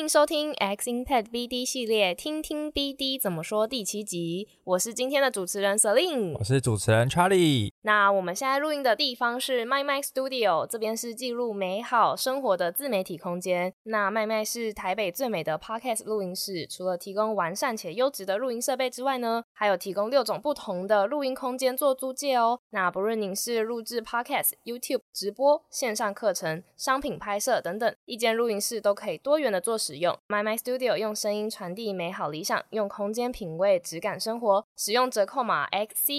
迎收听 X-Impact BD 系列，听听 BD 怎么说第7集。我是今天的主持人 Celine， 我是主持人 Charlie。 那我们现在录音的地方是麦麦 Studio， 这边是记录美好生活的自媒体空间。那麦麦是台北最美的 Podcast 录音室，除了提供完善且优质的录音设备之外呢，还有提供6种不同的录音空间做租借哦。那不论您是录制 Podcast、YouTube 直播、线上课程、商品拍摄等等，一间录音室都可以多元的做使用。My Studio 用声音传递美好理想，用空间品味质感生活。使用折扣码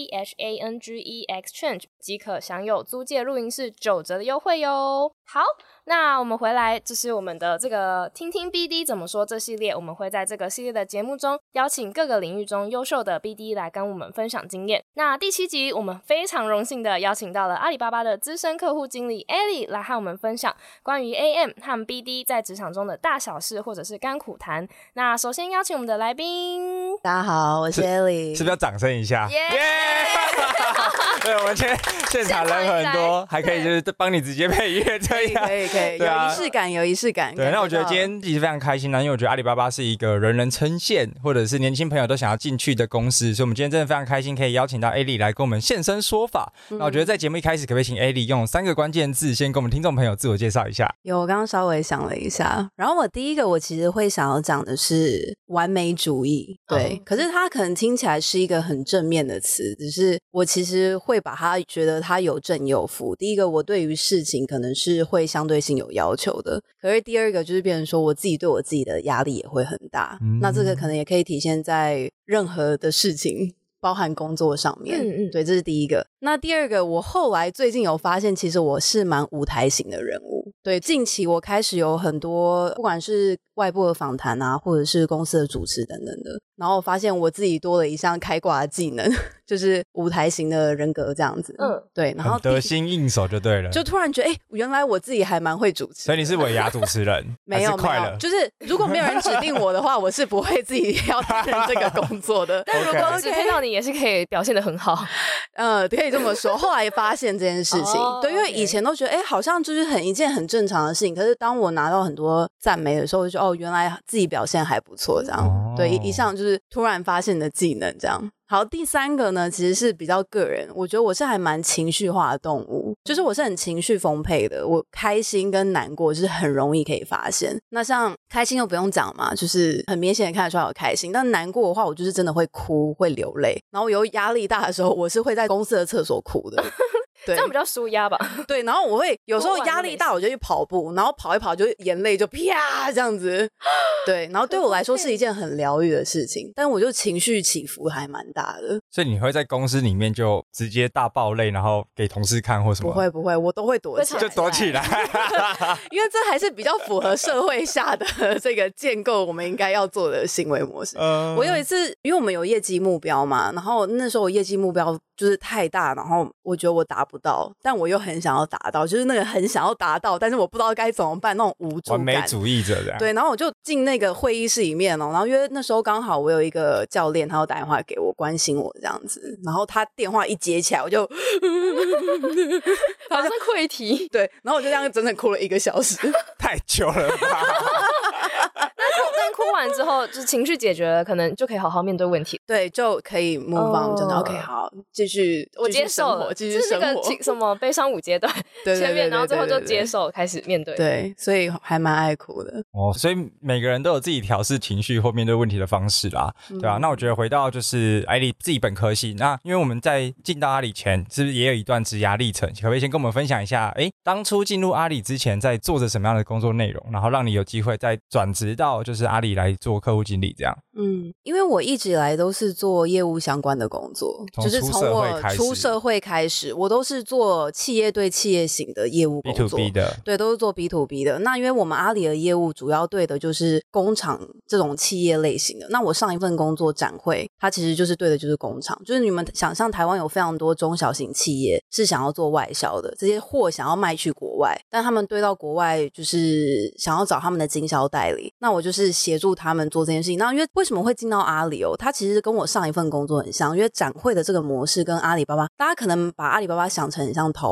XCHANGE Exchange 即可享有租借录音室9折的优惠哟。好，那我们回来，这是我们的这个听听 BD 怎么说这系列，我们会在这个系列的节目中邀请各个领域中优秀的 BD 来跟我们分享经验。那第7集我们非常荣幸的邀请到了阿里巴巴的资深客户经理 Ellie 来和我们分享关于 AM 和 BD 在职场中的大小事或者是甘苦谈。那首先邀请我们的来宾， 大家好，我是 Ellie， 是不是要掌声一下？ 耶、 对，我们现场人很多，还可以就是帮你直接配乐这样。 可以， 对啊， 有仪式感。 对，那我觉得今天其实非常开心啦，因为我觉得阿里巴巴是一个人人称羡，或者是年轻朋友都想要进去的公司，所以我们今天真的非常开心，可以邀请到 Ellie 来跟我们现身说法。那我觉得在节目一开始，可不可以请 Ellie 用3个关键字，先跟我们听众朋友自我介绍一下？ 有，我刚刚稍微想了一下，然后我第一个我其实会想要讲的是完美主义，对，可是它可能听起来是一个很正面的词，只是我其实会把它觉得它有正有负。第一个，我对于事情可能是会相对性有要求的，可是第二个就是变成说我自己对我自己的压力也会很大，那这个可能也可以体现在任何的事情，包含工作上面，对，这是第一个。那第二个，我后来最近有发现，其实我是蛮舞台型的人物。对，近期我开始有很多，不管是外部的访谈啊，或者是公司的主持等等的，然后我发现我自己多了一项开挂的技能，就是舞台型的人格这样子。对，然后得心应手就对了， 就突然觉得，原来我自己还蛮会主持的。 所以你是尾牙主持人？ 没有， 快乐， 就是如果没有人指定我的话，我是不会自己要担任这个工作的。 但如果指配到你，也是可以表现得很好。 可以这么说。后来发现这件事情，对，因为以前都觉得，好像就是一件很正常的事情。可是当我拿到很多赞美的时候，我就觉得原来自己表现还不错，这样。对，一项就是突然发现的技能，这样。好，第3个呢，其实是比较个人，我觉得我是还蛮情绪化的动物，就是我是很情绪丰沛的，我开心跟难过就是很容易可以发现。那像开心就不用讲嘛，就是很明显的看得出来我开心，但难过的话，我就是真的会哭，会流泪，然后有压力大的时候，我是会在公司的厕所哭的。对， 这样比较舒压吧。 对，然后我会有时候压力大，我就去跑步，然后跑一跑就眼泪就啪这样子。对，然后对我来说是一件很疗愈的事情，但我就情绪起伏还蛮大的。 所以你会在公司里面就直接大爆泪，然后给同事看或什么？ 不会，我都会躲起来， 就躲起来。 因为这还是比较符合社会下的这个建构我们应该要做的行为模式。我有一次，因为我们有业绩目标嘛，然后那时候我业绩目标就是太大，然后我觉得我达不到，但我又很想要达到，就是那个很想要达到，但是我不知道该怎么办，那种无助感， 完美主义者这样。 对，然后我就进那个会议室里面然后因为那时候刚好我有一个教练，他要打电话给我关心我这样子，然后他电话一接起来，我就马上溃堤。 对，然后我就这样整整哭了1个小时， 太久了吧？ 但哭完之后，就是情绪解决了，可能就可以好好面对问题。 对，就可以 move on，真的 OK， 好，继续我接受了， 继续生活， 就是那个什么悲伤5阶段前面，然后最后就接受，开始面对。 对，所以还蛮爱哭的。 所以每个人都有自己调适情绪或面对问题的方式啦，对吧？那我觉得回到就是艾莉自己本科系，那因为我们在进到阿里前，是不是也有一段职涯历程？可不可以先跟我们分享一下？当初进入阿里之前，在做着什么样的工作内容，然后让你有机会再转职到就是阿里来做客户经理这样？ 因为我一直以来都是做业务相关的工作，就是从我出社会开始，我都是做企业对企业型的业务工作 B2B 的， 对，都是做 B2B 的。那因为我们阿里的业务主要对的就是工厂这种企业类型的。那我上一份工作展会，它其实就是对的就是工厂，就是你们想象台湾有非常多中小型企业是想要做外销的，这些货想要卖去国外，但他们堆到国外就是想要找他们的经销代理，那我就是协助他们做这件事情。那因为为什么会进到阿里它其实跟我上一份工作很像，因为展会的这个模式跟阿里巴巴，大家可能把阿里巴巴想成很像淘宝，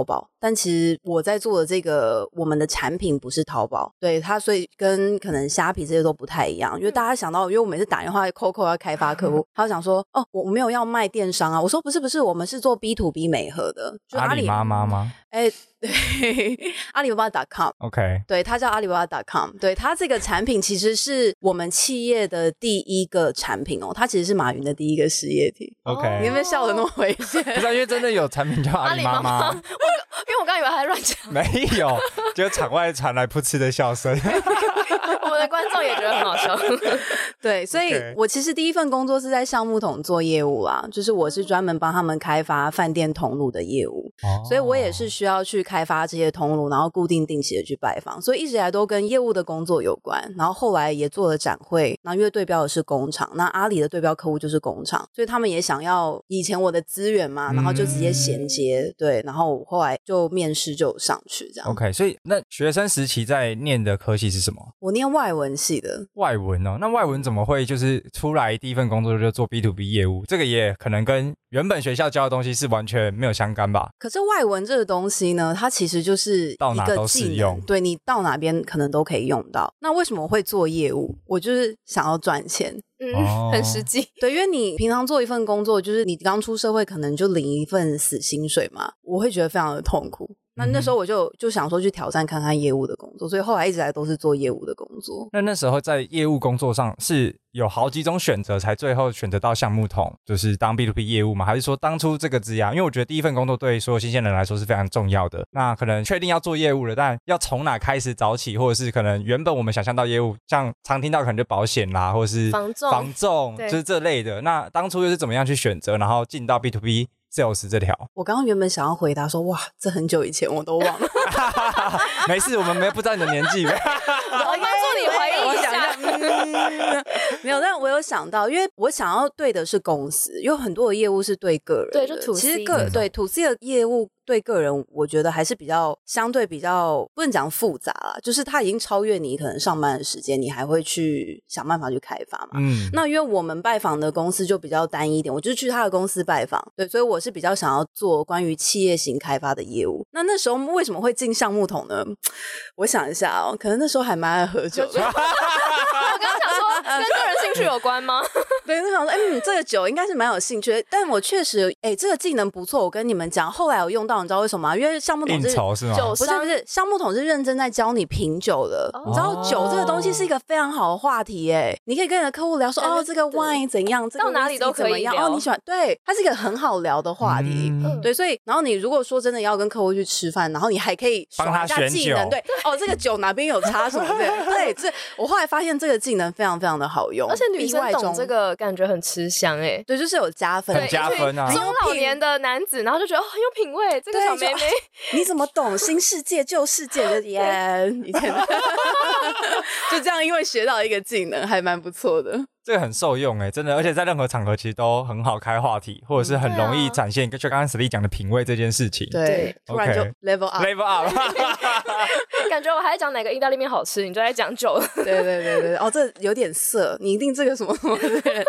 但其实我在做的这个我们的产品不是淘宝，对它，所以跟可能虾皮这些都不太一样。因为大家想到，因为我每次打电话 Coco 要开发客户，他就想说哦，我没有要卖电商啊。我说不是，我们是做 B2B 媒合的，就阿里妈妈吗？ 对，阿里巴巴 .com OK， 对，它叫阿里巴巴 .com， 对，它这个产品其实是我们企业的第一个产品哦，它其实是马云的第一个事业体。 OK， 你有没有笑得那么危险？ 不是，因为真的有产品叫阿里妈妈， 因为我刚以为他在乱讲， 没有，就场外传来噗嗤的笑声。 我们的观众也觉得很好笑。 对，所以我其实第一份工作是在橡木桶做业务啦，就是我是专门帮他们开发饭店通路的业务，所以我也是需要去开发这些通路，然后固定定期的去拜访，所以一直以来都跟业务的工作有关。然后后来也做了展会，然后因为对标的是工厂，那阿里的对标客户就是工厂，所以他们也想要以前我的资源嘛，然后就直接衔接，对，然后我后来就面试就上去这样。 OK， 所以那学生时期在念的科系是什么？ 我念外文系的。 外文哦，那外文怎么会就是出来第一份工作就做 B2B 业务？这个也可能跟原本学校教的东西是完全没有相干吧？ 可是外文这个东西呢，它其实就是到哪都一个技适用， 能，对，你到哪边可能都可以用到。那为什么我会做业务？我就是想要赚钱。 很实际。 对，因为你平常做一份工作，就是你刚出社会可能就领一份死薪水嘛，我会觉得非常的痛苦。那时候我就想说去挑战看看业务的工作，所以后来一直来都是做业务的工作。 那时候在业务工作上是有好几种选择，才最后选择到橡木桶，就是当 B2B 业务嘛？还是说当初这个职涯，因为我觉得第一份工作对所有新鲜人来说是非常重要的。那可能确定要做业务了，但要从哪开始找起，或者是可能原本我们想象到业务，像常听到可能就保险啦，或者是房仲就是这类的。那当初又是怎么样去选择，然后进到 B2B sales 这条？ 我刚刚原本想要回答说，哇，这很久以前我都忘了。 没事，我们不知道你的年纪。 我帮助你回忆一下。 没有，但我有想到，因为我想要对的是公司，有很多的业务是对个人的， 对，就 to C， 其实对 to C 的业务对个人，我觉得还是相对比较不能讲复杂啦，就是它已经超越你可能上班的时间，你还会去想办法去开发嘛。那因为我们拜访的公司就比较单一一点，我就是去他的公司拜访，对，所以我是比较想要做关于企业型开发的业务。那时候为什么会进橡木桶呢？我想一下哦，可能那时候还蛮爱喝酒的。 我刚刚想说跟个人兴趣有关吗？ 对，那想说这个酒应该是蛮有兴趣的，但我确实这个技能不错，我跟你们讲，后来有用到，你知道为什么吗？因为橡木桶是吗？ 不是，橡木桶是认真在教你品酒的。你知道酒这个东西是一个非常好的话题耶，你可以跟你的客户聊说这个 wine 怎样，这个到哪里都可以聊。 你喜欢，对，它是一个很好聊的话题。对，所以然后你如果说真的要跟客户去吃饭，然后你还可以帮他选技能，对，这个酒哪边有差什么的，对，我后来发现这个技能非常非常的好用， 而且女生懂这个感觉很吃香哎， 对，就是有加分， 很加分啊！ 中老年的男子，然后就觉得很有品味，这个小妹妹你怎么懂新世界旧世界的耶？以前就这样，因为学到一个技能，还蛮不错的。 这个很受用真的，而且在任何场合其实都很好开话题，或者是很容易展现，就刚刚 Slee 讲的品味这件事情。 对，突然就 level up， 感觉我还在讲哪个意大利面好吃，你就在讲酒了。 对，这有点色，你一定这个什么什么的。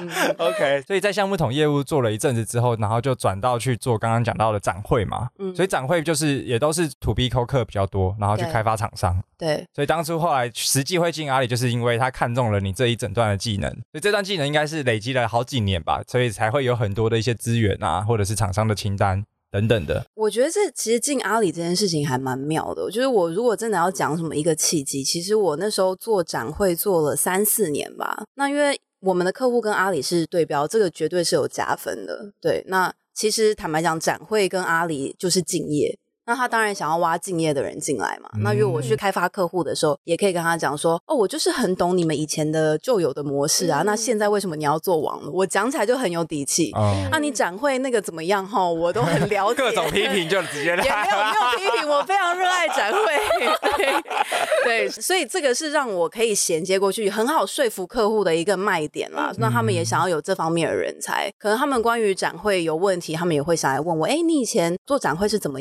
OK， 所以在橡木桶业务做了一阵子之后，然后就转到去做刚刚讲到的展会嘛。所以展会就是也都是 to B 扣客比较多，然后去开发厂商。 对， 所以当初后来实际会进阿里，就是因为他看中了你这一整段的技能，所以这段技能应该是累积了好几年吧，所以才会有很多的一些资源啊，或者是厂商的清单等等的。 我觉得这其实进阿里这件事情还蛮妙的。就是我如果真的要讲什么一个契机，其实我那时候做展会做了3-4年吧。那因为我们的客户跟阿里是对标，这个绝对是有加分的。对，那其实坦白讲，展会跟阿里就是竞业。那他当然想要挖敬业的人进来嘛。那因为我去开发客户的时候，也可以跟他讲说，我就是很懂你们以前的旧有的模式啊。那现在为什么你要做网络？我讲起来就很有底气。那你展会那个怎么样哈？我都很了解。 各种批评就直接来， 也没有批评，我非常热爱展会。对，所以这个是让我可以衔接过去，很好说服客户的一个卖点啦。那他们也想要有这方面的人才，可能他们关于展会有问题，他们也会想来问我，你以前做展会是怎么样？客户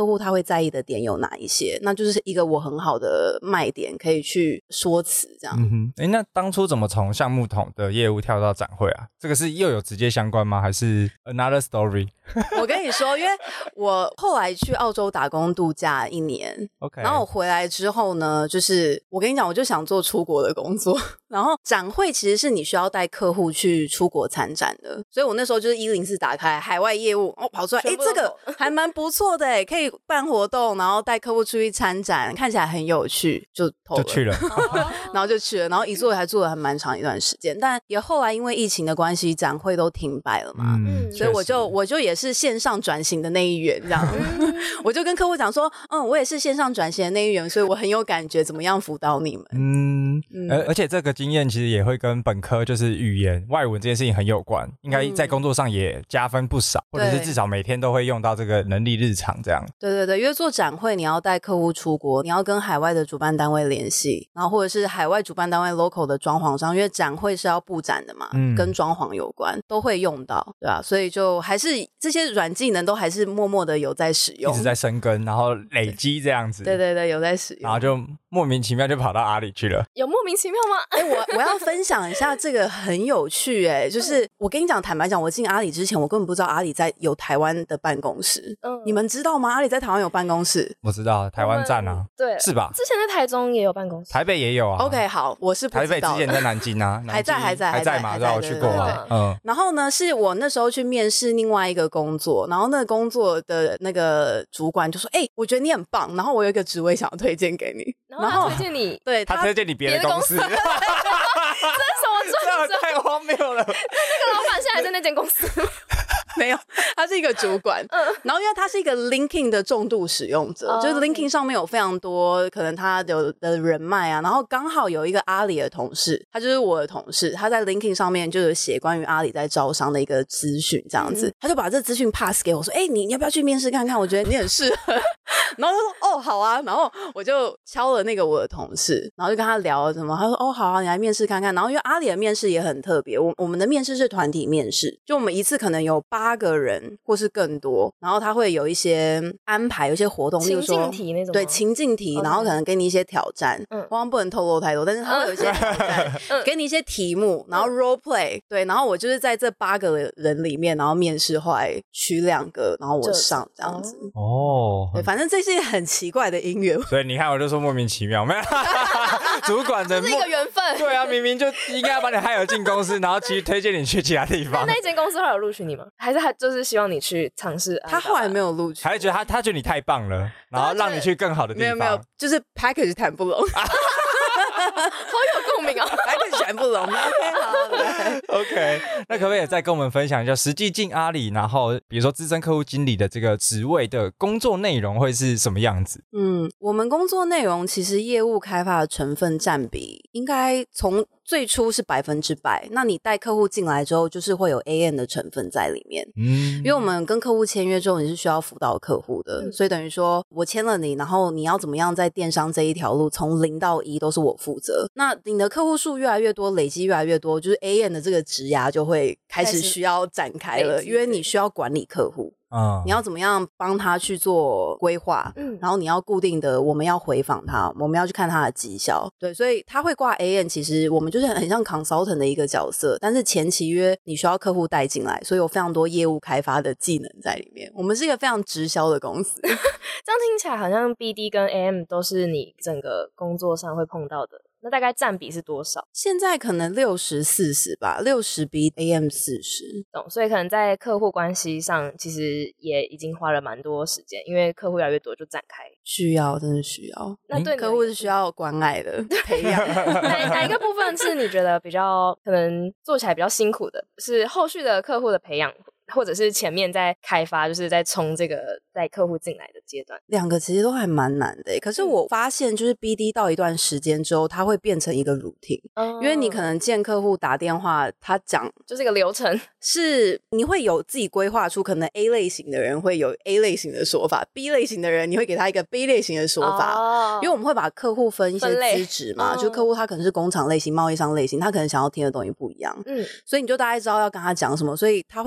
户他会在意的点有哪一些，那就是一个我很好的卖点可以去说辞这样。 那当初怎么从橡木桶的业务跳到展会啊？这个是又有直接相关吗？还是 another story？ 我跟你说，因为我后来去澳洲打工度假1年 OK， 然后我回来之后呢，就是我跟你讲，我就想做出国的工作，然后展会其实是你需要带客户去出国参展的，所以我那时候就是104打开海外业务，跑出来，这个还蛮不错的可以办活动，然后带客户出去参展，看起来很有趣，就去了然后就去了，然后一做还做了还蛮长一段时间，但也后来因为疫情的关系，展会都停摆了嘛，所以我就也是线上转型的那一员这样我就跟客户讲说我也是线上转型的那一员，所以我很有感觉怎么样辅导你们。 而且这个经验其实也会跟本科就是语言外文这件事情很有关，应该在工作上也加分不少，或者是至少每天都会用到这个能力日常这样。 对，因为做展会你要带客户出国，你要跟海外的主办单位联系，然后或者是海外主办单位 local 的装潢商，因为展会是要布展的嘛，跟装潢有关都会用到，对吧？所以就还是这些软技能都还是默默的有在使用， 一直在深耕，然后累积这样子。 对，有在使用， 然后就莫名其妙就跑到阿里去了。 有莫名其妙吗？ 我要分享一下这个很有趣就是我跟你讲，坦白讲，我进阿里之前，我根本不知道阿里有台湾的办公室。你们知道吗？阿里在台湾有办公室？ 我知道，台湾站啊， 对， 是吧？ 之前在台中也有办公室， 台北也有啊。 OK， 好，我是不知道的。 台北之前在南京啊， 还在嘛，让我去过啊。 然后呢，是我那时候去面试另外一个工作，然后那个工作的那个主管就说：“我觉得你很棒，然后我有一个职位想要推荐给你。” 然后他推荐你， 对， 他推荐你别的公司。这是什么状况？太荒谬了！那个老板现在还在那间公司吗？ 没有，他是一个主管。然后因为他是一个 LinkedIn 的重度使用者，就是 LinkedIn 上面有非常多可能他有的人脉啊，然后刚好有一个阿里的同事，他就是我的同事，他在 LinkedIn 上面就有写关于阿里在招商的一个资讯这样子，他就把这资讯 pass 给我说：“你要不要去面试看看？我觉得你很适合。”然后他说：“哦，好啊。”然后我就敲了那个我的同事，然后就跟他聊什么，他说：“哦，好啊，你来面试看看。”然后因为阿里的面试也很特别，我们的面试是团体面试，就我们一次可能有8个人或是更多，然后他会有一些安排，有一些活动，例如说情境题那种， 对，情境题，然后可能给你一些挑战，我不能透露太多，但是他会有一些挑战，给你一些题目，然后 role play， 对，然后我就是在这8个人里面，然后面试后来取2个，然后我上这样子。对，反正这是很奇怪的姻缘。 所以你看，我就说莫名其妙，没有主管的这是一个缘分。 对啊，明明就应该要把你害进公司，然后其实推荐你去其他地方。 那间公司后来有录取你吗？还是他就是希望你去尝试？ 他后来没有录取， 还是觉得他觉得你太棒了，然后让你去更好的地方。 没有，就是 package 谈不拢。 好有共鸣啊 ！package 谈不拢。OK， 好。 OK， 那可不可以再跟我们分享一下实际进阿里，然后比如说资深客户经理的这个职位的工作内容会是什么样子？ 我们工作内容其实业务开发的成分占比应该从最初是100%，那你带客户进来之后，就是会有 AM 的成分在里面。因为我们跟客户签约之后，你是需要辅导客户的，所以等于说我签了你，然后你要怎么样在电商这一条路从0到1都是我负责。那你的客户数越来越多，累积越来越多，就是 AM 的这个职涯就会开始需要展开了，因为你需要管理客户。你要怎么样帮他去做规划，然后你要固定的，我们要回访他，我们要去看他的绩效，对，所以他会挂 AM， 其实我们就是很像 consultant 的一个角色，但是前期约你需要客户带进来，所以有非常多业务开发的技能在里面，我们是一个非常直销的公司。这样听起来好像 BD 跟 AM 都是你整个工作上会碰到的，那大概占比是多少？ 现在可能60-40吧，60比 AM 40。 懂，所以可能在客户关系上其实也已经花了蛮多时间，因为客户越来越多就展开。 需要，真的需要。 那对客户是需要关爱的培养。 哪一个部分是你觉得比较可能做起来比较辛苦的？是后续的客户的培养，或者是前面在开发，就是在冲这个带客户进来的阶段 ？2个其实都还蛮难的。可是我发现就是 BD 到一段时间之后，它会变成一个 routine，因为你可能见客户打电话，他讲就是一个流程， 是你会有自己规划出，可能 A 类型的人会有 A 类型的说法， B 类型的人你会给他一个 B 类型的说法，因为我们会把客户分一些资质嘛，就客户他可能是工厂类型、贸易商类型，他可能想要听的东西不一样，所以你就大概知道要跟他讲什么，所以他会变得一个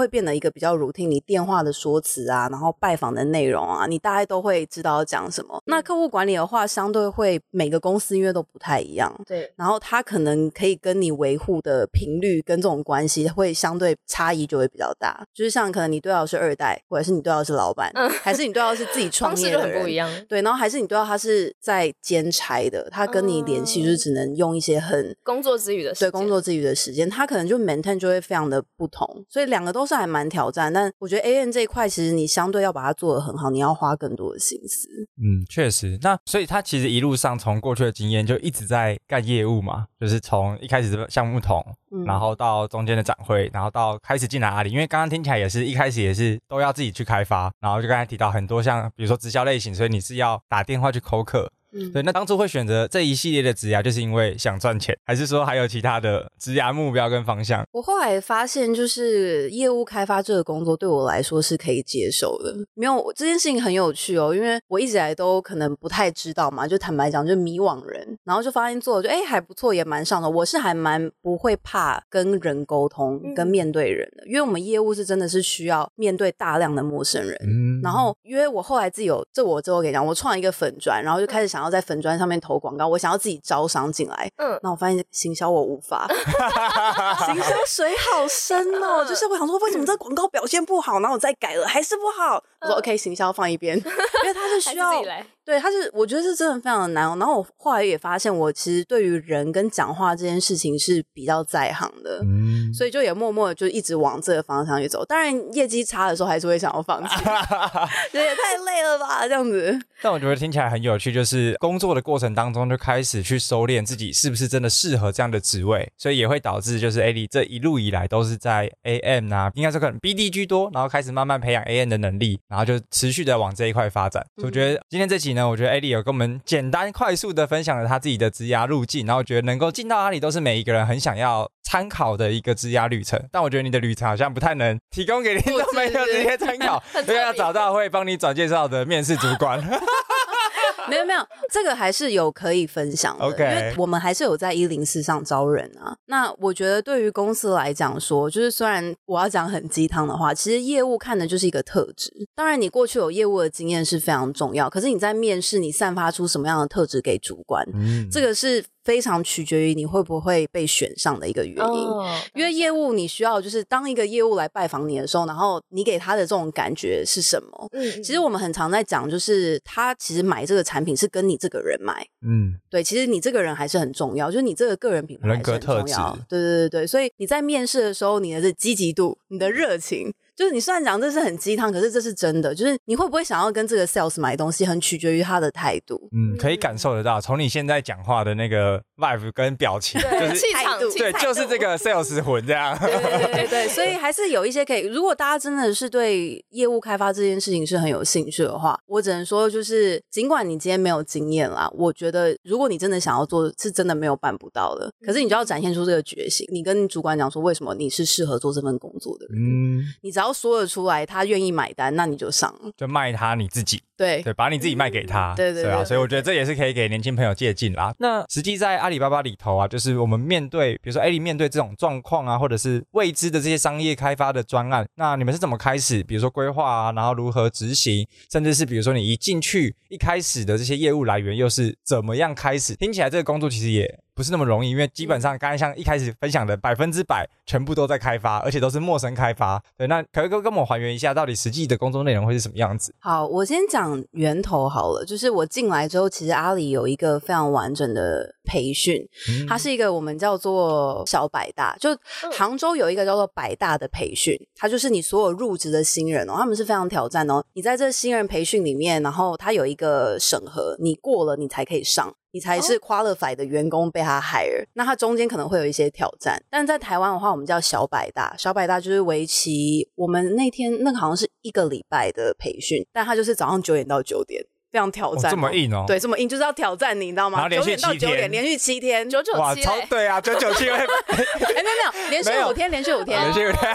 个比较 routine， 你电话的说辞啊，然后拜访的内容啊，你大概都会知道要讲什么。那客户管理的话，相对会每个公司因为都不太一样， 对， 然后他可能可以跟你维护的频率跟这种关系会相对差异就会比较大。就是像可能你对到的是2代，或者是你对到的是老板，还是你对到的是自己创业的人， 方式就很不一样。 对，然后还是你对到他是在兼差的，他跟你联系就是只能用一些很工作之余的时间， 对，工作之余的时间，他可能就 maintain 就会非常的不同，所以两个都是还蛮挑战。但我觉得 AM 这一块其实你相对要把它做得很好，你要花更多的心思。 确实。那所以他其实一路上从过去的经验就一直在干业务嘛，就是从一开始的项目统，然后到中间的展会，然后到开始进来阿里。因为刚刚听起来也是一开始也是都要自己去开发，然后就刚才提到很多像比如说直销类型，所以你是要打电话去扣客。对，那当初会选择这一系列的职涯，就是因为想赚钱，还是说还有其他的职涯目标跟方向？ 我后来发现，就是业务开发这个工作对我来说是可以接受的。没有，这件事情很有趣哦，因为我一直以来都可能不太知道嘛，就坦白讲，就迷惘人，然后就发现做就还不错，也蛮上的。我是还蛮不会怕跟人沟通，跟面对人的，因为我们业务是真的是需要面对大量的陌生人。然后因为我后来自己有，这我之后跟你讲，我创一个粉专，然后就开始想要在粉专上面投广告，我想要自己招商进来。那我发现行销我无法，行销水好深哦。就是我想说，为什么这个广告表现不好，然后我再改了还是不好。我说 OK， 行销放一边，因为它是需要对，它是我觉得是真的非常的难。然后我后来也发现，我其实对于人跟讲话这件事情是比较在行的，所以就也默默的就一直往这个方向去走。当然业绩差的时候还是会想要放弃，觉得也太累了吧这样子。 但我觉得听起来很有趣，就是工作的过程当中就开始去收敛自己是不是真的适合这样的职位，所以也会导致就是 Ali 这一路以来都是在 AM 啊，应该是可能 BD 居多，然后开始慢慢培养 AM 的能力，然后就持续的往这一块发展。所以我觉得今天这集呢，我觉得 Ali 有跟我们简单快速的分享了他自己的职涯路径，然后我觉得能够进到阿里都是每一个人很想要参考的一个职涯旅程。但我觉得你的旅程好像不太能提供给听众朋友直接参考，因为要找到会帮你转介绍的面试主管。 没有，这个还是有可以分享的。因为我们还是有在104上招人啊。那我觉得对于公司来讲说，就是虽然我要讲很鸡汤的话，其实业务看的就是一个特质。当然你过去有业务的经验是非常重要，可是你在面试你散发出什么样的特质给主管，这个是非常取决于你会不会被选上的一个原因。因为业务你需要就是当一个业务来拜访你的时候，然后你给他的这种感觉是什么。其实我们很常在讲，就是他其实买这个产品是跟你这个人买。对，其实你这个人还是很重要，就是你这个个人品牌还是很重要。对，所以你在面试的时候，你的这积极度，你的热情，就是你虽然讲这是很鸡汤，可是这是真的，就是你会不会想要跟这个 sales 买东西，很取决于他的态度。 可以感受得到，从你现在讲话的那个 vibe 跟表情，就是气场， 对，就是这个 sales 魂这样。 对，所以还是有一些可以。如果大家真的是对业务开发这件事情是很有兴趣的话，我只能说，就是尽管你今天没有经验啦，我觉得如果你真的想要做，是真的没有办不到的。可是你就要展现出这个决心，你跟主管讲说为什么你是适合做这份工作的人。你只要说得出来，他愿意买单，那你就上， 就卖他你自己。 对， 把你自己卖给他。对啊，所以我觉得这也是可以给年轻朋友借鉴啦。那实际在阿里巴巴里头啊，就是我们面对比如说 Ali 面对这种状况啊，或者是未知的这些商业开发的专案，那你们是怎么开始比如说规划啊，然后如何执行，甚至是比如说你一进去一开始的这些业务来源又是怎么样开始。听起来这个工作其实也不是那么容易，因为基本上刚才像一开始分享的100%全部都在开发，而且都是陌生开发。对，那可不可以跟我还原一下到底实际的工作内容会是什么样子？ 好，我先讲源头好了。就是我进来之后，其实阿里有一个非常完整的培训，它是一个我们叫做小百大，就杭州有一个叫做百大的培训，它就是你所有入职的新人哦，他们是非常挑战哦。你在这新人培训里面，然后它有一个审核，你过了你才可以上，你才是 qualify 的员工被他 hire。那它中间可能会有一些挑战，但在台湾的话我们叫小百大。小百大就是为期，我们那天那个好像是1个礼拜的培训，但它就是早上9点到9点，非常挑战。 这么硬哦？ 对，这么硬，就是要挑战你知道吗？ 然后连续 7点到9点，连续7天 ，997 哇，超对啊，997会没有，连续5天，连续5天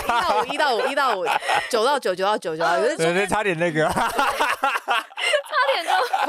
，1到5，1到5，9到9，9到9，9到9， 对，差点那个差点就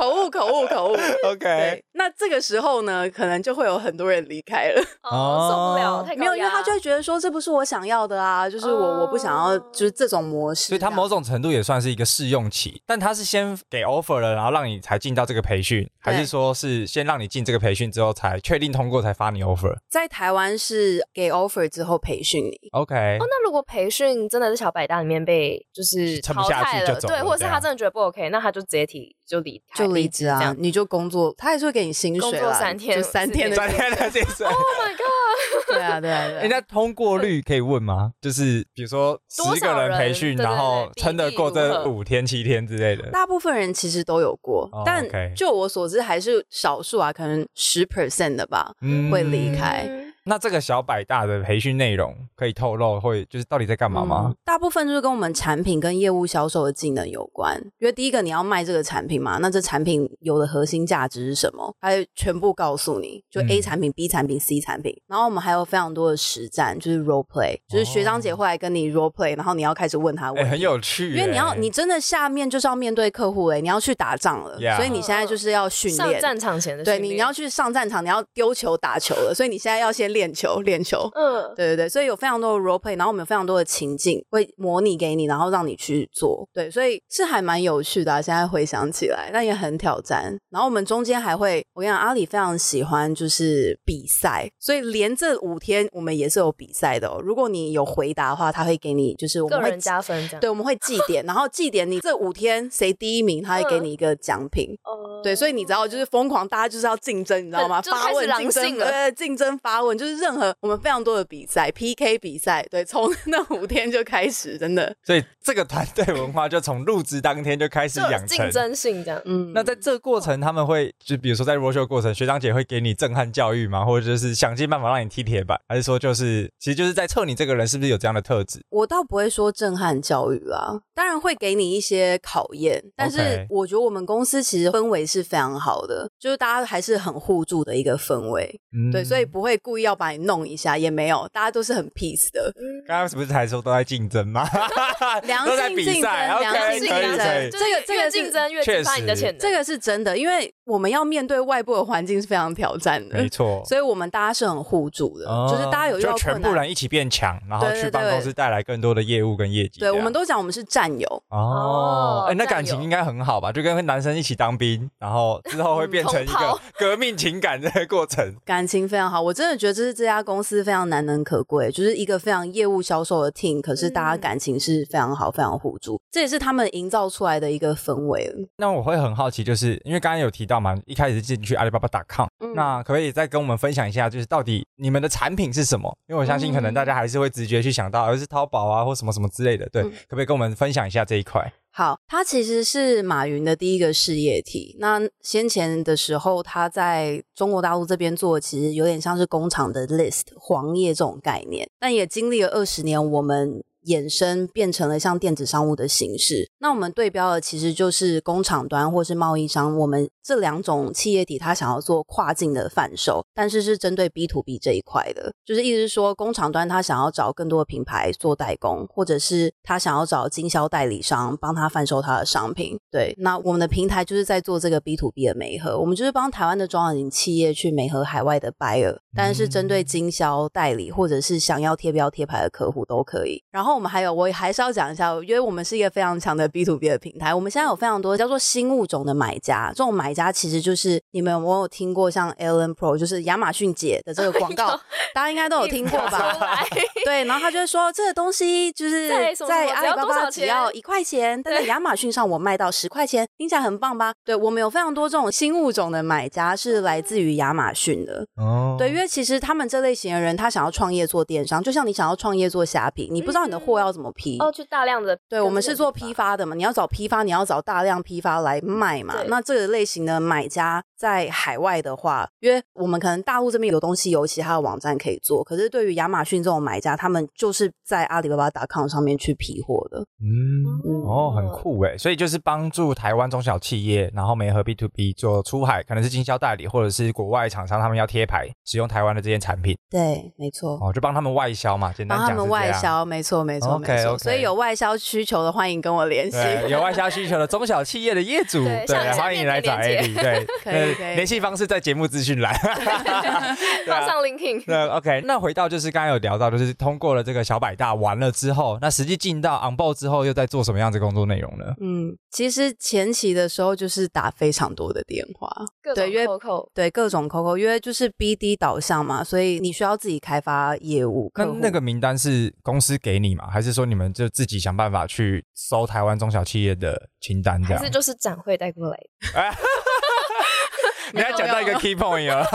口误。 OK， 对，那这个时候呢，可能就会有很多人离开了。 受不了，太高压。 没有，因为他就会觉得说这不是我想要的啊，就是我不想要就是这种模式。 所以他某种程度也算是一个试用期，但他是先给 offer 了，然后让你才进到这个培训，还是说是先让你进这个培训之后才确定通过才发你 offer？ 在台湾是给 offer 之后培训你。 OK， 那如果培训真的是小百大里面被就是撑不下去就走了， 对，或者是他真的觉得不 OK， 那他就直接就离职啊，你就工作，他还是会给你薪水啦， 工作3天， 就3天的薪水。 Oh my god！ 对啊。 人家通过率可以问吗？就是比如说10个人培训，然后撑得过这5天7天之类的。 大部分人其实都有过，但就我所知还是少数啊，可能10% 的吧，会离开。 那这个小百大的培训内容可以透露会就是到底在干嘛吗？ 大部分就是跟我们产品跟业务销售的技能有关，因为第一个你要卖这个产品嘛，那这产品有的核心价值是什么，它会全部告诉你，就 A 产品、B 产品、C 产品，然后我们还有非常多的实战，就是 role play， 就是学长姐会来跟你 role play， 然后你要开始问他问题， 很有趣， 因为你真的下面就是要面对客户你要去打仗了，所以你现在就是要训练上战场前的训练， 对，你要去上战场，你要丢球打球了，所以你现在要先练球。对，所以有非常多的 role play， 然后我们有非常多的情境会模拟给你，然后让你去做。对，所以是还蛮有趣的现在回想起来，但也很挑战。然后我们中间还会，我跟你讲，阿里非常喜欢就是比赛，所以连这5天我们也是有比赛的如果你有回答的话，他会给你就是我们会个人加分这样。 对，我们会记点，然后记点你这5天谁第1名，他会给你一个奖品。对，所以你知道就是疯狂，大家就是要竞争，你知道吗？发问竞争发问，就是任何我们非常多的比赛 PK 比赛，对，从那5天就开始，真的。 所以这个团队文化就从入职当天就开始养成竞争性这样。 那在这个过程他们会就比如说在 roadshow 过程，学长姐会给你震撼教育吗？或者就是想尽办法让你踢铁板，还是说就是其实就是在测你这个人是不是有这样的特质？ 我倒不会说震撼教育啦，当然会给你一些考验，但是我觉得我们公司其实氛围是非常好的，就是大家还是很互助的一个氛围。对，所以不会故意要把你弄一下，也没有，大家都是很 peace 的。 刚刚是不是还说都在竞争吗？ 良性竞争，良性竞争， 这个竞争越激发你的潜能， 这个是真的，因为我们要面对外部的环境是非常挑战的， 没错， 所以我们大家是很互助的，就是大家有遇到困难， 就全部人一起变强，然后去办公室带来更多的业务跟业绩。 对，我们都讲我们是战友那感情应该很好吧？就跟男生一起当兵，然后之后会变成一个革命情感这个过程， 感情非常好。我真的觉得这是这家公司非常难能可贵，就是一个非常业务销售的 team， 可是大家感情是非常好，非常互助，这也是他们营造出来的一个氛围。 那我会很好奇，就是因为刚刚有提到嘛，一开始进去 Alibaba.com，那可不可以再跟我们分享一下，就是到底你们的产品是什么？因为我相信可能大家还是会直觉去想到，而是淘宝啊或什么什么之类的，对，可不可以跟我们分享一下这一块？ 好，它其实是马云的第一个事业体。那先前的时候，他在中国大陆这边做，其实有点像是工厂的 list 黄页这种概念，但也经历了20年，我们衍生变成了像电子商务的形式。那我们对标的其实就是工厂端或是贸易商，我们这2种企业体它想要做跨境的贩售，但是是针对 B2B 这一块的，就是意思是说工厂端他想要找更多的品牌做代工，或者是他想要找经销代理商帮他贩售他的商品。对，那我们的平台就是在做这个 B2B 的媒合，我们就是帮台湾的中小型企业去媒合海外的 buyer， 但是针对经销代理或者是想要贴标贴牌的客户都可以。然后我们还有，我还是要讲一下，因为我们是一个非常强的 B2B 的平台，我们现在有非常多叫做新物种的买家，这种买家其实就是你们有没有听过像 Ellen Pro 就是亚马逊姐的这个广告大家应该都有听过吧对，然后他就会说这个东西就是在阿里巴巴只要1块钱，但在亚马逊上我卖到10块钱，听起来很棒吧？对，我们有非常多这种新物种的买家是来自于亚马逊的对，因为其实他们这类型的人他想要创业做电商，就像你想要创业做虾皮，你不知道你的货要怎么批去大量的， 对，我们是做批发的嘛，你要找批发，你要找大量批发来卖嘛。那这个类型的买家在海外的话，因为我们可能大陆这边有东西有其他的网站可以做，可是对于亚马逊这种买家，他们就是在阿里巴巴 .com 上面去批货的。 很酷耶。所以就是帮助台湾中小企业，然后媒合 B2B 做出海，可能是经销代理或者是国外厂商他们要贴牌使用台湾的这些产品。 对，没错。 就帮他们外销嘛，简单讲是这样。 帮他们外销，没错没错没错。所以有外销需求的欢迎跟我联系。 有外销需求的中小企业的业主，对，欢迎来找 Ellie。对， 可以联系方式在节目资讯栏放上 linking。 对 ，OK。那回到就是刚刚有聊到，就是通过了这个小百大完了之后，那实际进到 onboard 之后，又在做什么样子工作内容呢？ 其实前期的时候就是打非常多的电话， 各种 COCO， 对，各种 COCO， 因为就是 BD 导向嘛，所以你需要自己开发业务。 那个名单是公司给你吗？还是说你们就自己想办法去搜台湾中小企业的清单这样？ 还是就是展会带过来的？ 你还讲到一个 key point 了。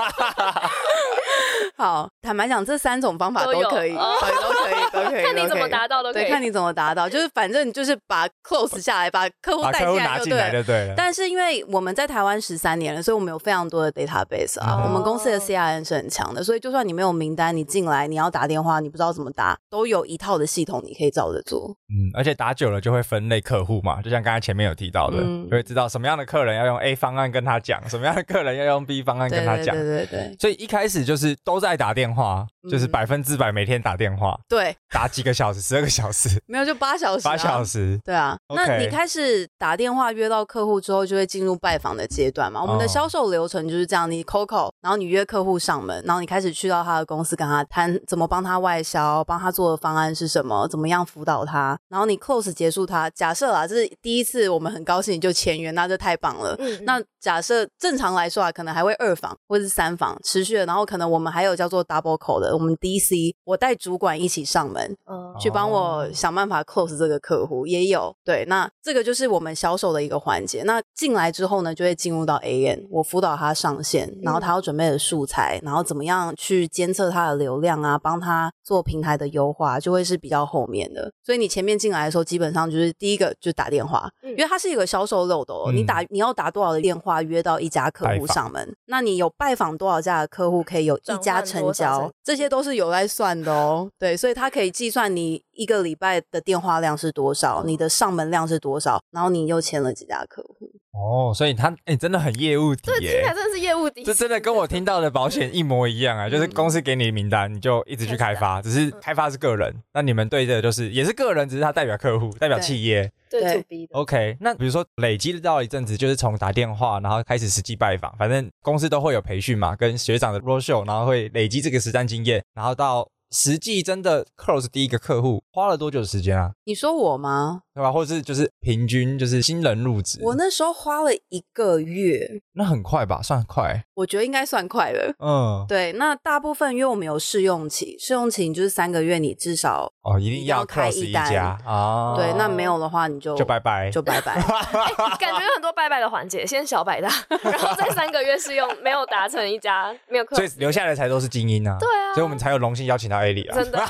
好，坦白讲，这3种方法都可以，都可以， 看你怎么达到都可以。 对，看你怎么达到，就是反正就是把 close 下来，把客户带进来就对了。但是因为我们在台湾13年了，所以我们有非常多的 database 啊，我们公司的 CRM 是很强的，所以就算你没有名单，你进来你要打电话，你不知道怎么打，都有一套的系统你可以照着做。 而且打久了就会分类客户嘛，就像刚才前面有提到的，就会知道什么样的客人要用 A 方案跟他讲，什么样的客人要用 B 方案跟他讲。 对。 所以一开始就是都在打电话，就是100%每天打电话。 对， 打几个小时，12个小时。 没有，就8小时。 8小时。 对啊，那你开始打电话约到客户之后，就会进入拜访的阶段嘛。我们的销售流程就是这样，你 COCO， 然后你约客户上门，然后你开始去到他的公司跟他谈怎么帮他外销，帮他做的方案是什么，怎么样辅导他，然后你 close 结束他。假设啦，这是第一次我们很高兴你就签约，那这太棒了。那假设正常来说啊，可能还会2访或者是3访持续的，然后可能我们还有叫做 double call 的，我们 DC 我带主管一起上门，去帮我想办法 close 这个客户也有。对，那这个就是我们销售的一个环节。那进来之后呢，就会进入到 AM， 我辅导他上线，然后他要准备的素材，然后怎么样去监测他的流量啊，帮他做平台的优化，就会是比较后面的。所以你前面进来的时候，基本上就是第一个就是打电话，因为它是一个销售漏斗，你要打多少的电话约到一家客户上门，那你有拜访多少家的客户可以有一家成交，这些都是有在算的哦。对，所以它可以计算你一个礼拜的电话量是多少，你的上门量是多少，然后你又签了几家客户。 所以他真的很业务底耶。 对，听起来真的是业务底。 这真的跟我听到的保险一模一样啊，就是公司给你名单，你就一直去开发，只是开发是个人，那你们对的就是也是个人，只是他代表客户，代表企业。 对 to B 的。 OK， 那比如说累积到一阵子，就是从打电话，然后开始实际拜访，反正公司都会有培训嘛，跟学长的 roadshow， 然后会累积这个实战经验，然后到实际真的 close 第一个客户花了多久的时间啊？ 你说我吗？ 对吧？或者是就是平均就是新人入职， 我那时候花了1个月。 那很快吧？算快？ 我觉得应该算快了。对，那大部分因为我们有试用期，试用期就是3个月，你至少一定要开一家啊。 对，那没有的话你就拜拜， 就拜拜。 感觉有很多拜拜的环节，先小百大，然后再3个月试用，没有达成一家，没有客户， 所以留下来才都是精英啊。 对啊， 所以我们才有荣幸邀请到 Ellie 啊。 真的。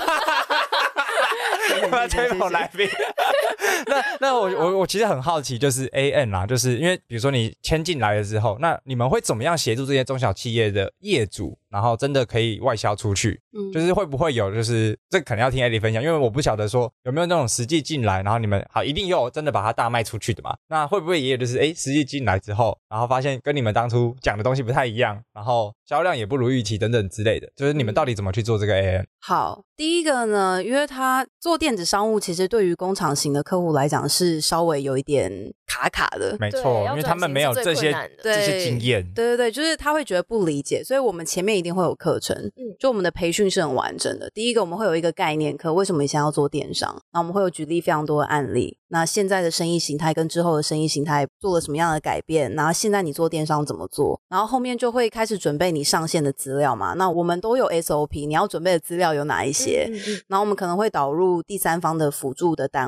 吹捧来宾。那我其实很好奇，就是 AN 啊，就是因为比如说你签进来了之后，那你们会怎么样协助这些中小企业的业主，然后真的可以外销出去？就是会不会有，就是这可能要听 Ellie 分享，因为我不晓得说有没有那种实际进来，然后你们好一定有真的把它大卖出去的嘛？那会不会也有就是实际进来之后，然后发现跟你们当初讲的东西不太一样，然后销量也不如预期等等之类的，就是你们到底怎么去做这个 AN？ 好，第一个呢，因为他做电子商务，其实对于工厂型的客户来讲是稍微有一点卡卡的。 没错，因为他们没有这些经验。 对，就是他会觉得不理解，所以我们前面一定会有课程，就我们的培训是很完整的。第一个我们会有一个概念课，为什么你现在要做电商，那我们会有举例非常多的案例，那现在的生意形态跟之后的生意形态做了什么样的改变，然后现在你做电商怎么做，然后后面就会开始准备你上线的资料嘛。那我们都有 SOP， 你要准备的资料有哪一些，然后我们可能会导入第三方的辅助的单位来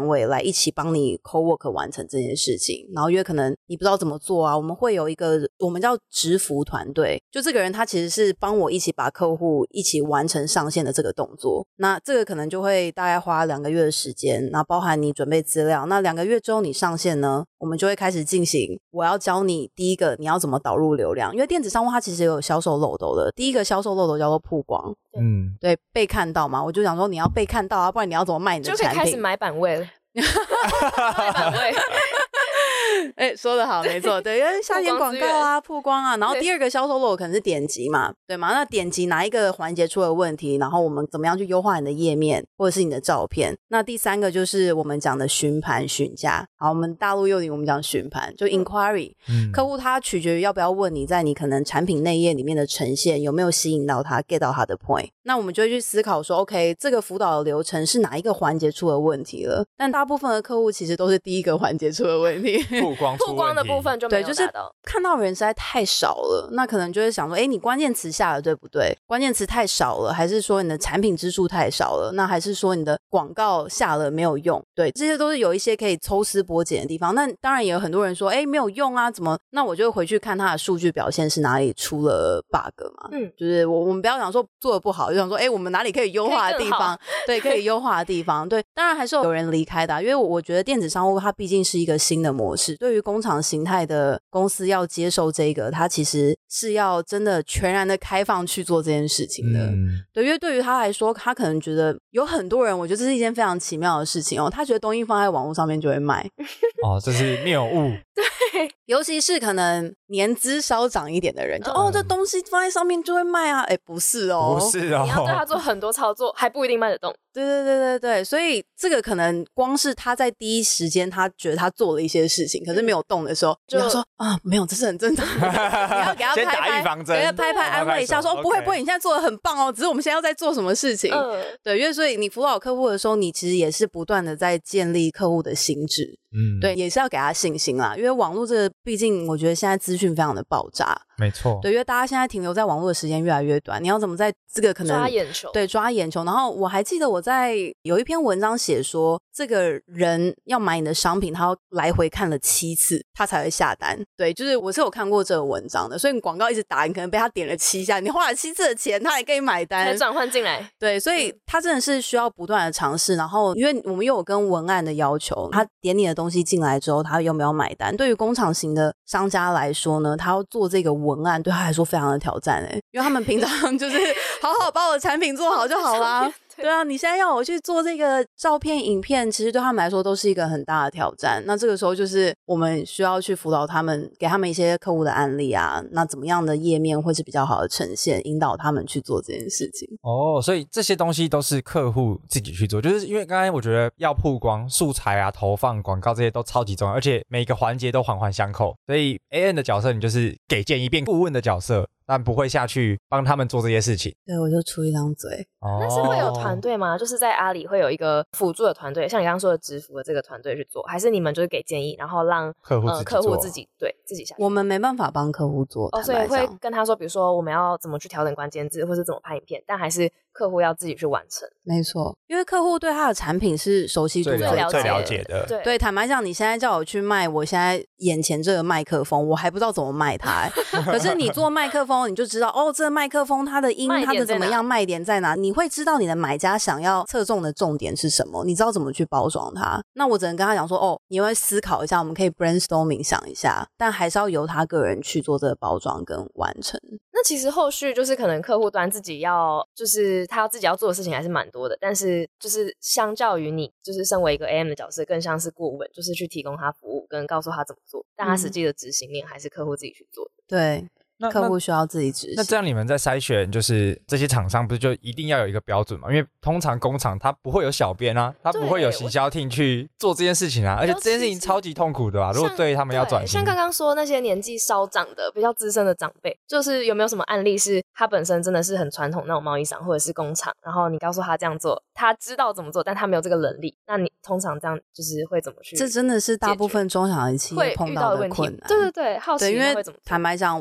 一起帮你 co-work 完成这件事情，然后因为可能你不知道怎么做啊，我们会有一个我们叫直服团队，就这个人他其实是帮我一起把客户一起完成上线的这个动作，那这个可能就会大概花2个月的时间，那包含你准备资料，那2个月之后你上线呢，我们就会开始进行，我要教你第一个你要怎么导入流量，因为电子商务它其实有销售漏斗的，第一个销售漏斗叫做曝光，对，被看到嘛，我就想说你要被看到啊，不然你要怎么卖你的产品， 就可以开始买版位了买版位说得好，没错，对，因为下点广告啊，曝光啊，然后第二个销售漏斗可能是点击嘛，对吗？那点击哪一个环节出了问题，然后我们怎么样去优化你的页面或者是你的照片。那第3个就是我们讲的询盘询价，好，我们大陆用语我们讲询盘，就 inquiry，客户他取决于要不要问你在你可能产品内页里面的呈现有没有吸引到他 get 到他的 point， 那我们就会去思考说 OK 这个辅导的流程是哪一个环节出了问题了，但大部分的客户其实都是第一个环节出了问题曝光的部分就没有达到， 对，就是看到人实在太少了，那可能就会想说你关键词下了对不对，关键词太少了，还是说你的产品支数太少了，那还是说你的广告下了没有用，对，这些都是有一些可以抽丝剥茧的地方。那当然也有很多人说没有用啊，怎么，那我就会回去看他的数据表现是哪里出了 bug 嘛，就是我们不要想说做的不好，就想说我们哪里可以优化的地方，对，可以优化的地方，对，当然还是有人离开的因为我觉得电子商务它毕竟是一个新的模式，对于工厂形态的公司要接受这个，它其实是要真的全然的开放去做这件事情的，对，因为对于他来说，他可能觉得有很多人，我觉得这是一件非常奇妙的事情他觉得东西放在网络上面就会卖这是谬误对， 尤其是可能年资稍长一点的人，就这东西放在上面就会卖啊，不是不是你要对他做很多操作还不一定卖得动， 对，所以这个可能光是他在第一时间他觉得他做了一些事情可是没有动的时候，就要说没有，这是很正常的你要给他先打预防针， 给他拍安慰一下说不会你现在做得很棒只是我们现在要在做什么事情对，因为所以你辅导客户的时候，你其实也是不断的在建立客户的心智对，也是要给他信心啦，因为网络这个毕竟我觉得现在资讯非常的爆炸， 没错， 对，因为大家现在停留在网络的时间越来越短，你要怎么在这个可能抓眼球， 对，抓眼球。然后我还记得我在有一篇文章写说，这个人要买你的商品，他要来回看了7次他才会下单，对，就是我是有看过这个文章的，所以你广告一直打，你可能被他点了7下，你花了7次的钱他还给你买单， 才转换进来， 对，所以他真的是需要不断的尝试，然后因为我们又有跟文案的要求，他点你的东西进来之后他有没有买单，对于工厂型的商家来说呢，他要做这个文案对他来说非常的挑战因为他们平常就是好好把我的产品做好就好啦对啊，你现在要我去做这个照片影片，其实对他们来说都是一个很大的挑战，那这个时候就是我们需要去辅导他们，给他们一些客户的案例啊，那怎么样的页面会是比较好的呈现，引导他们去做这件事情所以这些东西都是客户自己去做，就是因为刚才我觉得要曝光素材啊，投放广告这些都超级重要，而且每个环节都环环相扣，所以 AN 的角色你就是给建议变顾问的角色，但不会下去帮他们做这些事情， 对，我就出一张嘴那是会有团队吗？就是在阿里会有一个辅助的团队，像你刚刚说的直服的这个团队去做，还是你们就是给建议然后让客户自己对自己下去？ 我们没办法帮客户做所以会跟他说比如说我们要怎么去调整关键字或是怎么拍影片，但还是客户要自己去完成。 没错，因为客户对他的产品是熟悉度最了解的， 对，坦白讲你现在叫我去卖我现在眼前这个麦克风，我还不知道怎么卖它可是你做麦克风你就知道这个麦克风它的音它的怎么样，卖点在哪，你会知道你的买家想要侧重的重点是什么，你知道怎么去包装它。那我只能跟他讲说你会思考一下，我们可以 brainstorming 想一下，但还是要由他个人去做这个包装跟完成。 那其实后续就是可能客户端自己要就是他自己要做的事情还是蛮多的，但是就是相较于你就是身为一个 AM 的角色更像是顾问，就是去提供他服务跟告诉他怎么做，但他实际的执行面还是客户自己去做的。 对，客户需要自己执行。 那这样你们在筛选就是这些厂商不是就一定要有一个标准吗？因为通常工厂它不会有小编啊，它不会有行销team去做这件事情啊，而且这件事情超级痛苦的如果对他们要转型， 像刚刚说那些年纪稍长的比较资深的长辈，就是有没有什么案例是他本身真的是很传统那种贸易商或者是工厂，然后你告诉他这样做，他知道怎么做但他没有这个能力，那你通常这样就是会怎么去？ 这真的是大部分中小型企业碰到的困难。 对，好奇会怎么做？ 对，因为坦白讲我们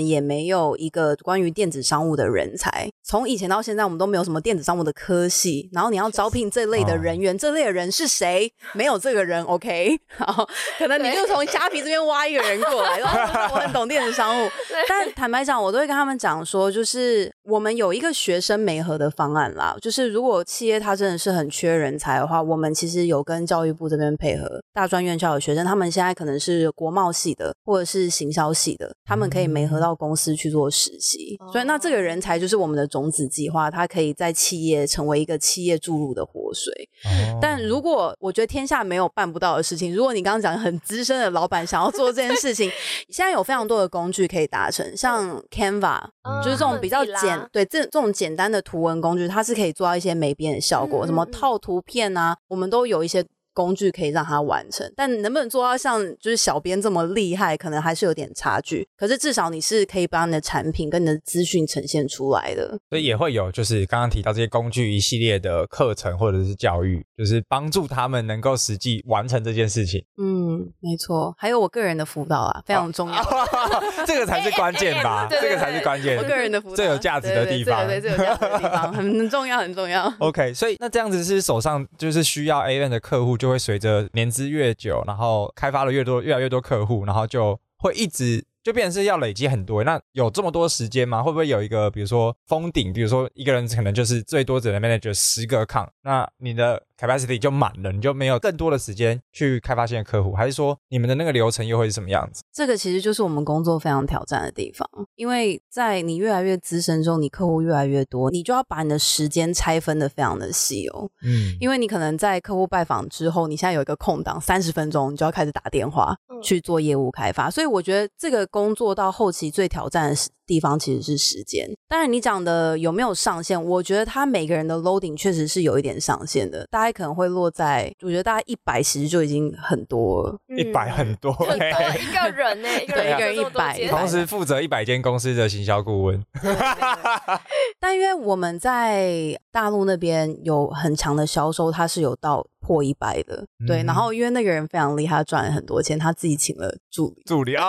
们也没有一个关于电子商务的人才，从以前到现在我们都没有什么电子商务的科系，然后你要招聘这类的人员，这类的人是谁？没有这个人 OK 好，可能你就从虾皮这边挖一个人过来我很懂电子商务，但坦白讲我都会跟他们讲说，就是我们有一个学生媒合的方案啦，就是如果企业它真的是很缺人才的话，我们其实有跟教育部这边配合，大专院校的学生他们现在可能是国贸系的或者是行销系的，他们可以媒合到公司去做实习，所以那这个人才就是我们的种子计划，它可以在企业成为一个企业注入的活水。但如果我觉得天下没有办不到的事情，如果你刚刚讲很资深的老板想要做这件事情现在有非常多的工具可以达成，像 Canva 就是这种比较对这种简单的图文工具，它是可以做到一些美编的效果，什么套图片啊，我们都有一些工具可以让它完成，但能不能做到像就是小编这么厉害，可能还是有点差距，可是至少你是可以把你的产品跟你的资讯呈现出来的。 所以也会有就是刚刚提到这些工具一系列的课程或者是教育，就是帮助他们能够实际完成这件事情。 没错，还有我个人的辅导啊，非常重要这个才是关键吧这个才是关键， 我个人的辅导最有价值的地方， 对最有价值的地方很重要很重要。 OK， 所以那这样子是手上就是需要 AN 的客户就会随着年资越久，然后开发了越来越多客户，然后就会一直就变成是要累积很多。那有这么多时间吗？会不会有一个比如说封顶，比如说一个人可能就是最多只能 manage 10个 account， 那你的 capacity 就满了，你就没有更多的时间去开发新的客户，还是说你们的那个流程又会是什么样子？ 这个其实就是我们工作非常挑战的地方，因为在你越来越资深中，你客户越来越多，你就要把你的时间拆分的非常的细哦。因为你可能在客户拜访之后，你现在有一个空档30分钟，你就要开始打电话去做业务开发，所以我觉得这个工作到后期最挑战的地方其实是时间。当然你讲的有没有上限，我觉得他每个人的 loading 确实是有一点上限的，大概可能会落在我觉得大概100其实就已经很多了。 100很多一个人呢一个人 100 同时负责100间公司的行销顾问但因为我们在大陆那边有很强的销售，他是有到破100的，对，然后因为那个人非常厉害，他赚了很多钱，他自己请了助理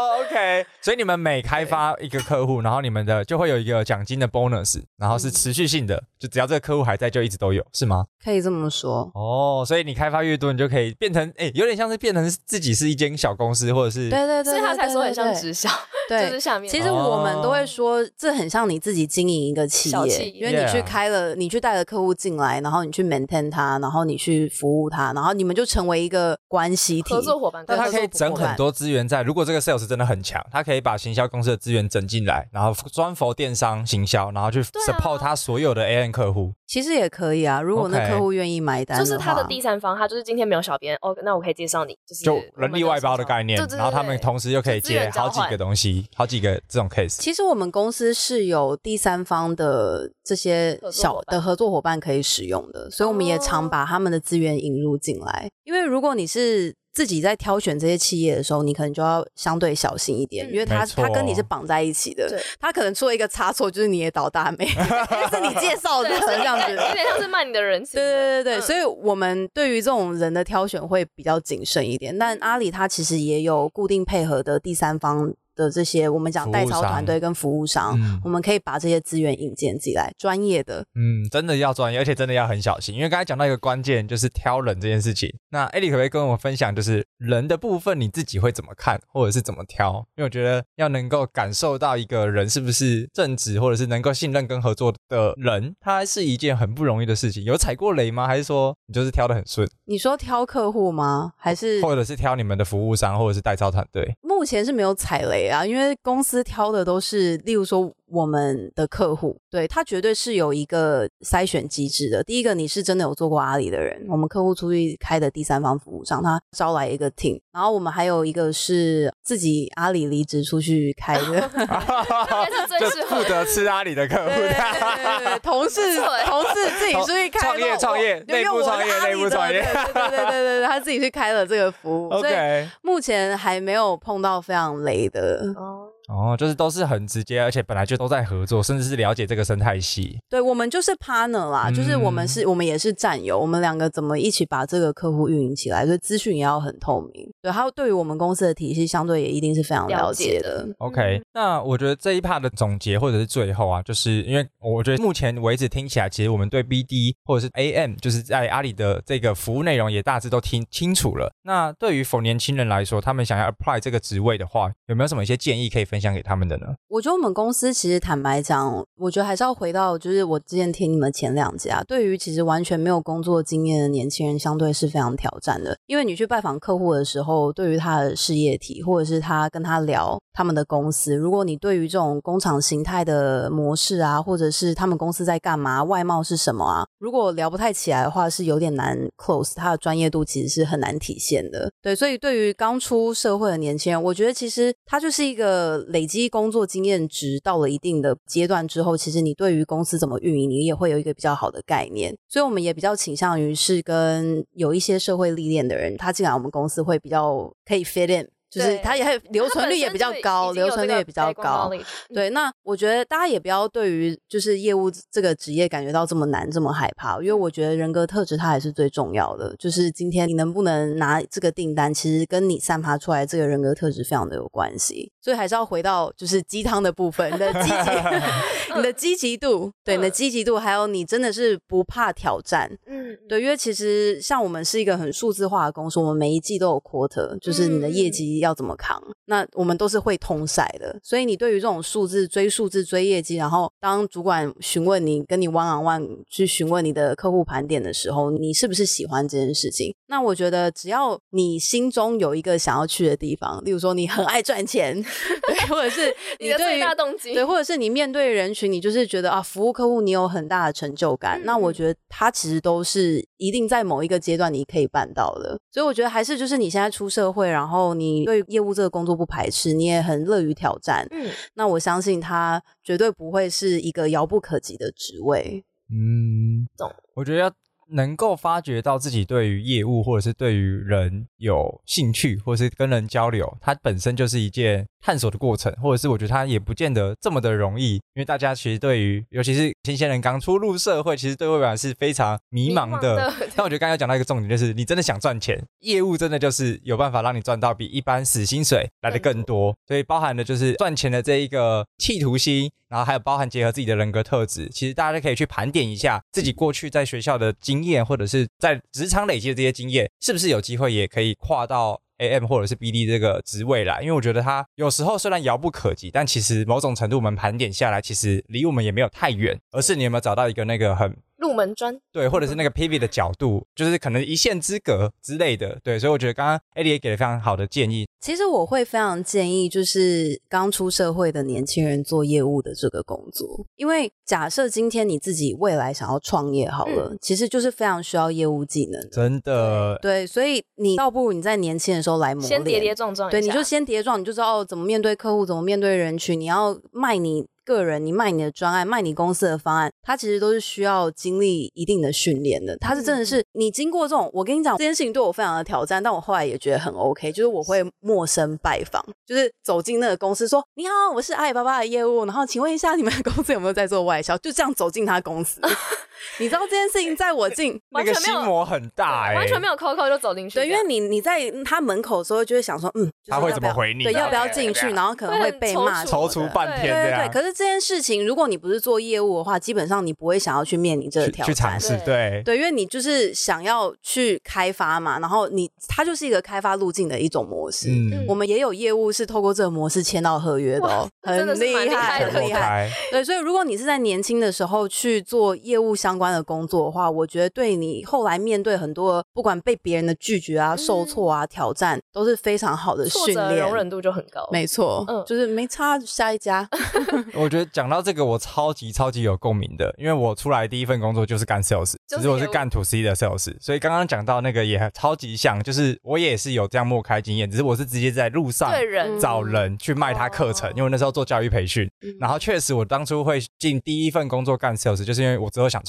OK， 所以你们每开发一个客户，然后你们的就会有一个奖金的 bonus， 然后是持续性的，就只要这个客户还在就一直都有，是吗？ 可以这么说所以你开发越多，你就可以变成有点像是变成自己是一间小公司，或者是对， 所以他才说很像直销， 对， 就是下面其实我们都会说这很像你自己经营一个企业，因为你去开了你去带了客户进来，然后你去 maintain 他，然后你去服务他，然后你们就成为一个关系体合作伙伴。 但他可以整很多资源在，如果这个 sales 真的很强，他可以把行销公司的资源整进来，然后专佛电商行销，然后去 support 他所有的 AN 客户。 其实也可以啊，如果那客户愿意买单的话， 就是他的第三方，他就是今天没有小编那我可以介绍你，就人力外包的概念，然后他们同时又可以接好几个东西，好几个这种 case。 其实我们公司是有第三方的这些小的合作伙伴可以使用的，所以我们也常把他们的资源引入进来。因为如果你是自己在挑选这些企业的时候，你可能就要相对小心一点，因为他跟你是绑在一起的，他可能出了一个差错，就是你也倒大霉，是你介绍的这样子， 有点像是卖你的人情。 对，所以我们对于这种人的挑选会比较谨慎一点。但阿里它其实也有固定配合的第三方的这些我们讲代操团队跟服务商，我们可以把这些资源引荐进来，专业的。 真的要专业，而且真的要很小心，因为刚才讲到一个关键就是挑人这件事情。那 Ellie 可不可以跟我分享，就是人的部分你自己会怎么看，或者是怎么挑？因为我觉得要能够感受到一个人是不是正直，或者是能够信任跟合作的人，他是一件很不容易的事情。有踩过雷吗？还是说你就是挑得很顺？ 你说挑客户吗？还是或者是挑你们的服务商，或者是代操团队？ 目前是没有踩雷啊，因为公司挑的都是例如说我们的客户，对，他绝对是有一个筛选机制的。第一个，你是真的有做过阿里的人，我们客户出去开的第三方服务商，他招来一个 team， 然后我们还有一个是自己阿里离职出去开的就负责吃阿里的客户， 对，同事自己出去开创业内部创业对，他自己去开了这个服务，所以目前还没有碰到非常雷的哦，就是都是很直接，而且本来就都在合作，甚至是了解这个生态系。 对，我们就是 partner 啦，就是我们也是战友，我们两个怎么一起把这个客户运营起来，所以资讯也要很透明。对，还有对于我们公司的体系，相对也一定是非常了解的。 OK，那我觉得这一 part 的总结或者是最后啊，就是因为我觉得目前为止听起来，其实我们对 BD 或者是 AM， 就是在阿里的这个服务内容也大致都听清楚了。那对于否年轻人来说，他们想要 apply 这个职位的话，有没有什么一些建议可以分享给他们的呢？ 我觉得我们公司其实坦白讲，我觉得还是要回到就是我之前听你们前2集啊，对于其实完全没有工作经验的年轻人相对是非常挑战的，因为你去拜访客户的时候，对于他的事业体或者是他跟他聊他们的公司，如果你对于这种工厂形态的模式啊，或者是他们公司在干嘛，外貌是什么啊，如果聊不太起来的话，是有点难 close， 他的专业度其实是很难体现的。对，所以对于刚出社会的年轻人，我觉得其实他就是一个累积工作经验值到了一定的阶段之后，其实你对于公司怎么运营，你也会有一个比较好的概念。所以我们也比较倾向于是跟有一些社会历练的人，他进来我们公司会比较可以 fit in，就是它也留存率也比较高，留存率也比较高。对，那我觉得大家也不要对于就是业务这个职业感觉到这么难这么害怕，因为我觉得人格特质它还是最重要的，就是今天你能不能拿这个订单，其实跟你散发出来这个人格特质非常的有关系。所以还是要回到就是鸡汤的部分，你的积极度，对，你的积极度，还有你真的是不怕挑战。对，因为其实像我们是一个很数字化的公司，我们每一季都有 quarter， 就是你的业绩要怎么扛，那我们都是会通赛的。所以你对于这种数字追业绩，然后当主管询问你，跟你 one on one 去询问你的客户盘点的时候，你是不是喜欢这件事情？那我觉得只要你心中有一个想要去的地方，例如说你很爱赚钱，对，或者是你的最大动机， 对，或者是你面对人群，你就是觉得啊，服务客户你有很大的成就感，那我觉得它其实都是一定在某一个阶段你可以办到的。所以我觉得还是就是你现在出社会，然后你对业务这个工作不排斥，你也很乐于挑战，那我相信它绝对不会是一个遥不可及的职位。 我觉得要能够发掘到自己对于业务或者是对于人有兴趣，或者是跟人交流，它本身就是一件探索的过程，或者是我觉得它也不见得这么的容易，因为大家其实对于尤其是新鲜人刚出入社会，其实对未来是非常迷茫的。但我觉得刚才讲到一个重点，就是你真的想赚钱，业务真的就是有办法让你赚到比一般死薪水来的更多，所以包含的就是赚钱的这一个企图心，然后还有包含结合自己的人格特质，其实大家都可以去盘点一下自己过去在学校的经验，或者是在职场累积的这些经验，是不是有机会也可以跨到AM 或者是 BD 这个职位啦。因为我觉得它有时候虽然遥不可及，但其实某种程度我们盘点下来，其实离我们也没有太远，而是你有没有找到一个那个很入门砖， 对，或者是那个 pivot 的角度，就是可能一线之隔之类的。对，所以我觉得刚刚 Ellie 也给了非常好的建议。 其实我会非常建议就是刚出社会的年轻人做业务的这个工作，因为假设今天你自己未来想要创业好了，其实就是非常需要业务技能的， 真的。 对，所以你倒不如你在年轻的时候来磨练， 先跌跌撞撞一下， 对，你就先跌撞，你就知道怎么面对客户，怎么面对人群，你要卖你个人，你卖你的专案，卖你公司的方案，它其实都是需要经历一定的训练的。它是真的是你经过这种，我跟你讲，这件事情对我非常的挑战，但我后来也觉得很 OK， 就是我会陌生拜访，就是走进那个公司说你好，我是阿里巴巴的业务，然后请问一下你们公司有没有在做外销，就这样走进他公司。你知道这件事情在我进那个心魔很大完全没有扣就走进去。 对，因为你在他门口的时候就会想说就是他会怎么回你， 对，要不要进去，然后可能会被骂， 踌躇半天这样。 对，可是这件事情如果你不是做业务的话，基本上你不会想要去面临这个挑战， 去尝试。对， 因为你就是想要去开发嘛，然后它就是一个开发路径的一种模式。我们也有业务是透过这个模式签到合约的哦，很厉害很厉害。对，所以如果你是在年轻的时候去做业务相关的工作的话，我觉得对你后来面对很多不管被别人的拒绝啊、受挫啊、挑战，都是非常好的训练， 挫折容忍度就很高。 没错，就是没差下一家。 我觉得讲到这个我超级有共鸣的，因为我出来第一份工作就是干 sales， 只是我是干 to C 的 sales， 所以刚刚讲到那个也超级像，就是我也是有这样默开经验，只是我是直接在路上找人去卖他课程，因为那时候做教育培训，然后确实我当初会进第一份工作干 sales， 就是因为我之后想创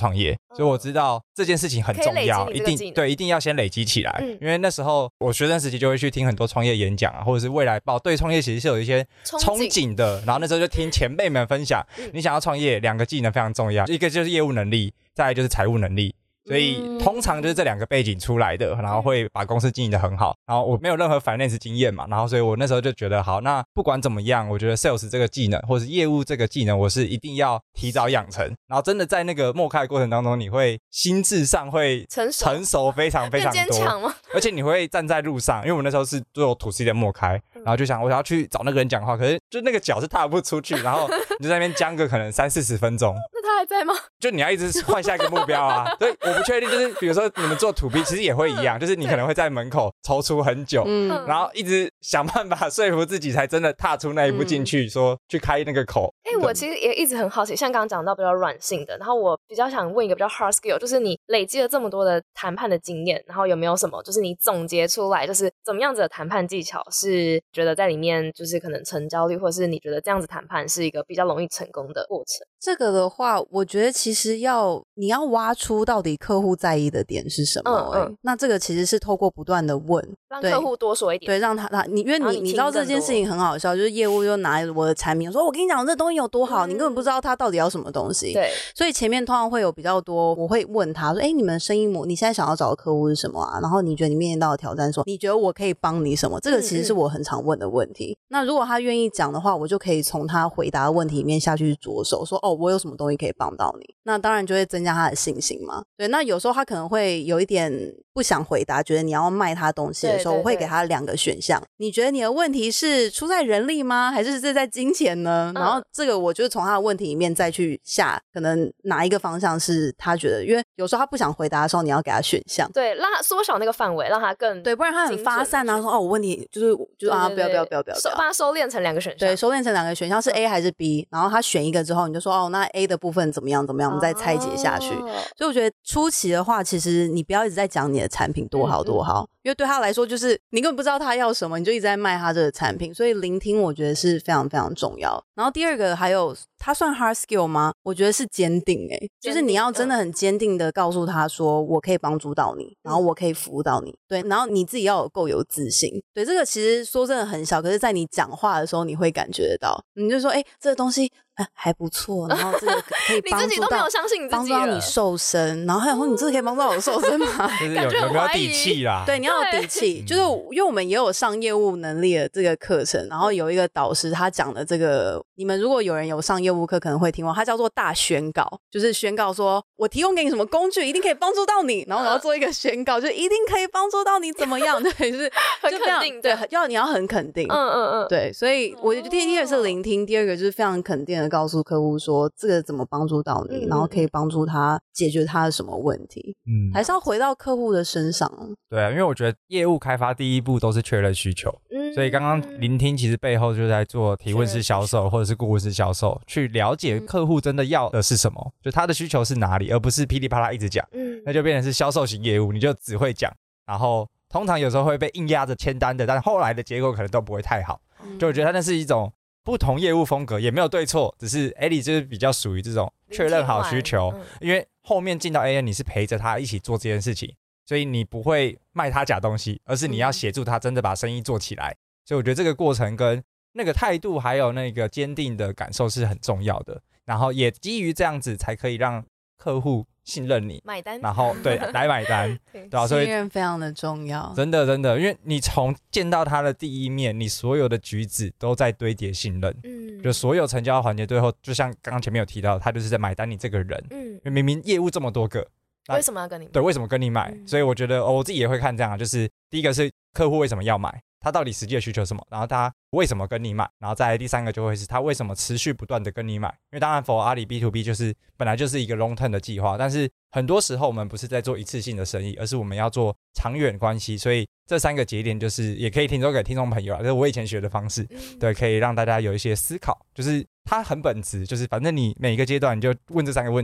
创业，所以我知道这件事情很重要，一定要先累积起来。因为那时候我学生时期就会去听很多创业演讲啊，或者是未来报，对创业其实是有一些憧憬的。然后那时候就听前辈们分享，你想要创业，2个技能非常重要，一个就是业务能力，再来就是财务能力。所以通常就是这2个背景出来的，然后会把公司经营得很好。然后我没有任何 finance 经验嘛，然后所以我那时候就觉得好，那不管怎么样，我觉得 sales 这个技能或是业务这个技能，我是一定要提早养成。然后真的在那个默开的过程当中，你会心智上会成熟非常非常多， 变坚强吗？ 而且你会站在路上，因为我那时候是做 to C 的默开，然后就想我要去找那个人讲话，可是就那个脚是踏不出去，然后你就在那边僵个可能30-40分钟。 那他还在吗？ 就你要一直换下一个目标啊。所以我不确定，就是比如说你们做 to B 其实也会一样，就是你可能会在门口踌躇很久，然后一直想办法说服自己才真的踏出那一步进去，说去开那个口。 我其实也一直很好奇，像刚刚讲到比较软性的，然后我比较想问一个比较 hard skill， 就是你累积了这么多的谈判的经验，然后有没有什么就是你总结出来，就是怎么样子的谈判技巧是觉得在里面就是可能成交率，或是你觉得这样子谈判是一个比较容易成功的过程？ 这个的话，我觉得其实你要挖出到底客户在意的点是什么。那这个其实是透过不断的问， 让客户多说一点， 对，让他因为你知道这件事情很好笑，就是业务就拿我的产品说，我跟你讲这东西有多好，你根本不知道他到底要什么东西。 对， 所以前面通常会有比较多，我会问他说，你们生意模，你现在想要找的客户是什么啊？然后你觉得你面临到的挑战，说你觉得我可以帮你什么？这个其实是我很常问的问题。那如果他愿意讲的话，我就可以从他回答的问题里面下去着手，说我有什么东西可以帮到你。那当然就会增加他的信心嘛。对，那有时候他可能会有一点不想回答，觉得你要卖他东西的时候，我会给他2个选项。你觉得你的问题是出在人力吗？还是在金钱呢？然后这个我就从他的问题里面再去下，可能哪一个方向是他觉得，因为有时候他不想回答的时候，你要给他选项。 对，让他缩小那个范围，让他更对，不然他很发散啊，说我问题就是啊，不要， 帮他收敛成2个选项。 对，收敛成2个选项是 A 还是 B， 然后他选一个之后，你就说那 A 的部分怎么样，我们再拆解下去。所以我觉得初期的话，其实你不要一直在讲你的产品多好多好，因为对他来说就是你根本不知道他要什么，你就一直在卖他这个产品，所以聆听我觉得是非常非常重要。然后第2个还有，他算 hard skill 吗？我觉得是坚定就是你要真的很坚定的告诉他说我可以帮助到你，然后我可以服务到你。对，然后你自己要有够有自信。对，这个其实说真的很小，可是在你讲话的时候你会感觉得到，你就说这个东西还不错，然后这个可以帮助到你自己都没有相信你自己了， 帮助到你瘦身，然后还想说你这个可以帮助到我瘦身吗？ 就是有没有底气啦？ 对，你要有底气。就是因为我们也有上业务能力的这个课程，然后有一个导师他讲的这个，你们如果有人有上业务课可能会听过，他叫做大宣告，就是宣告说我提供给你什么工具一定可以帮助到你，然后我要做一个宣告，就一定可以帮助到你怎么样。对，就是很肯定， 对，你要很肯定。对，所以我觉得第一个是聆听，第2个就是非常肯定的告诉客户说这个怎么帮助到你，然后可以帮助他解决他的什么问题。还是要回到客户的身上。 对啊，因为我觉得业务开发第一步都是确认需求，所以刚刚聆听其实背后就在做提问式销售或者是顾问式销售，去了解客户真的要的是什么，就他的需求是哪里，而不是噼里啪啦一直讲，那就变成是销售型业务，你就只会讲，然后通常有时候会被硬压着签单的，但后来的结果可能都不会太好。就我觉得那是一种不同业务风格，也没有对错，只是 Ellie 就是比较属于这种确认好需求，因为后面进到 AN 你是陪着他一起做这件事情，所以你不会卖他假东西，而是你要协助他真的把生意做起来。所以我觉得这个过程跟那个态度还有那个坚定的感受是很重要的，然后也基于这样子才可以让客户信任你买单， 然后对来买单对吧？ 所以信任非常的重要， 真的，因为你从见到他的第一面，你所有的举止都在堆叠信任，就所有成交环节最后，就像刚刚前面有提到，他就是在买单你这个人，因为明明业务这么多个， 为什么要跟你买？ 对，为什么跟你买？所以我觉得我自己也会看这样，就是第一个是客户为什么要买，他到底实际的需求是什么，然后他为什么跟你买，然后再来第3个就会是他为什么持续不断的跟你买。因为当然 for 阿里 B2B 就是本来就是一个 long term 的计划，但是很多时候我们不是在做一次性的生意，而是我们要做长远关系，所以这3个节点就是也可以听说给听众朋友啊，这是我以前学的方式，对，可以让大家有一些思考，就是它很本质，就是反正你每一个阶段你就问这3个问题，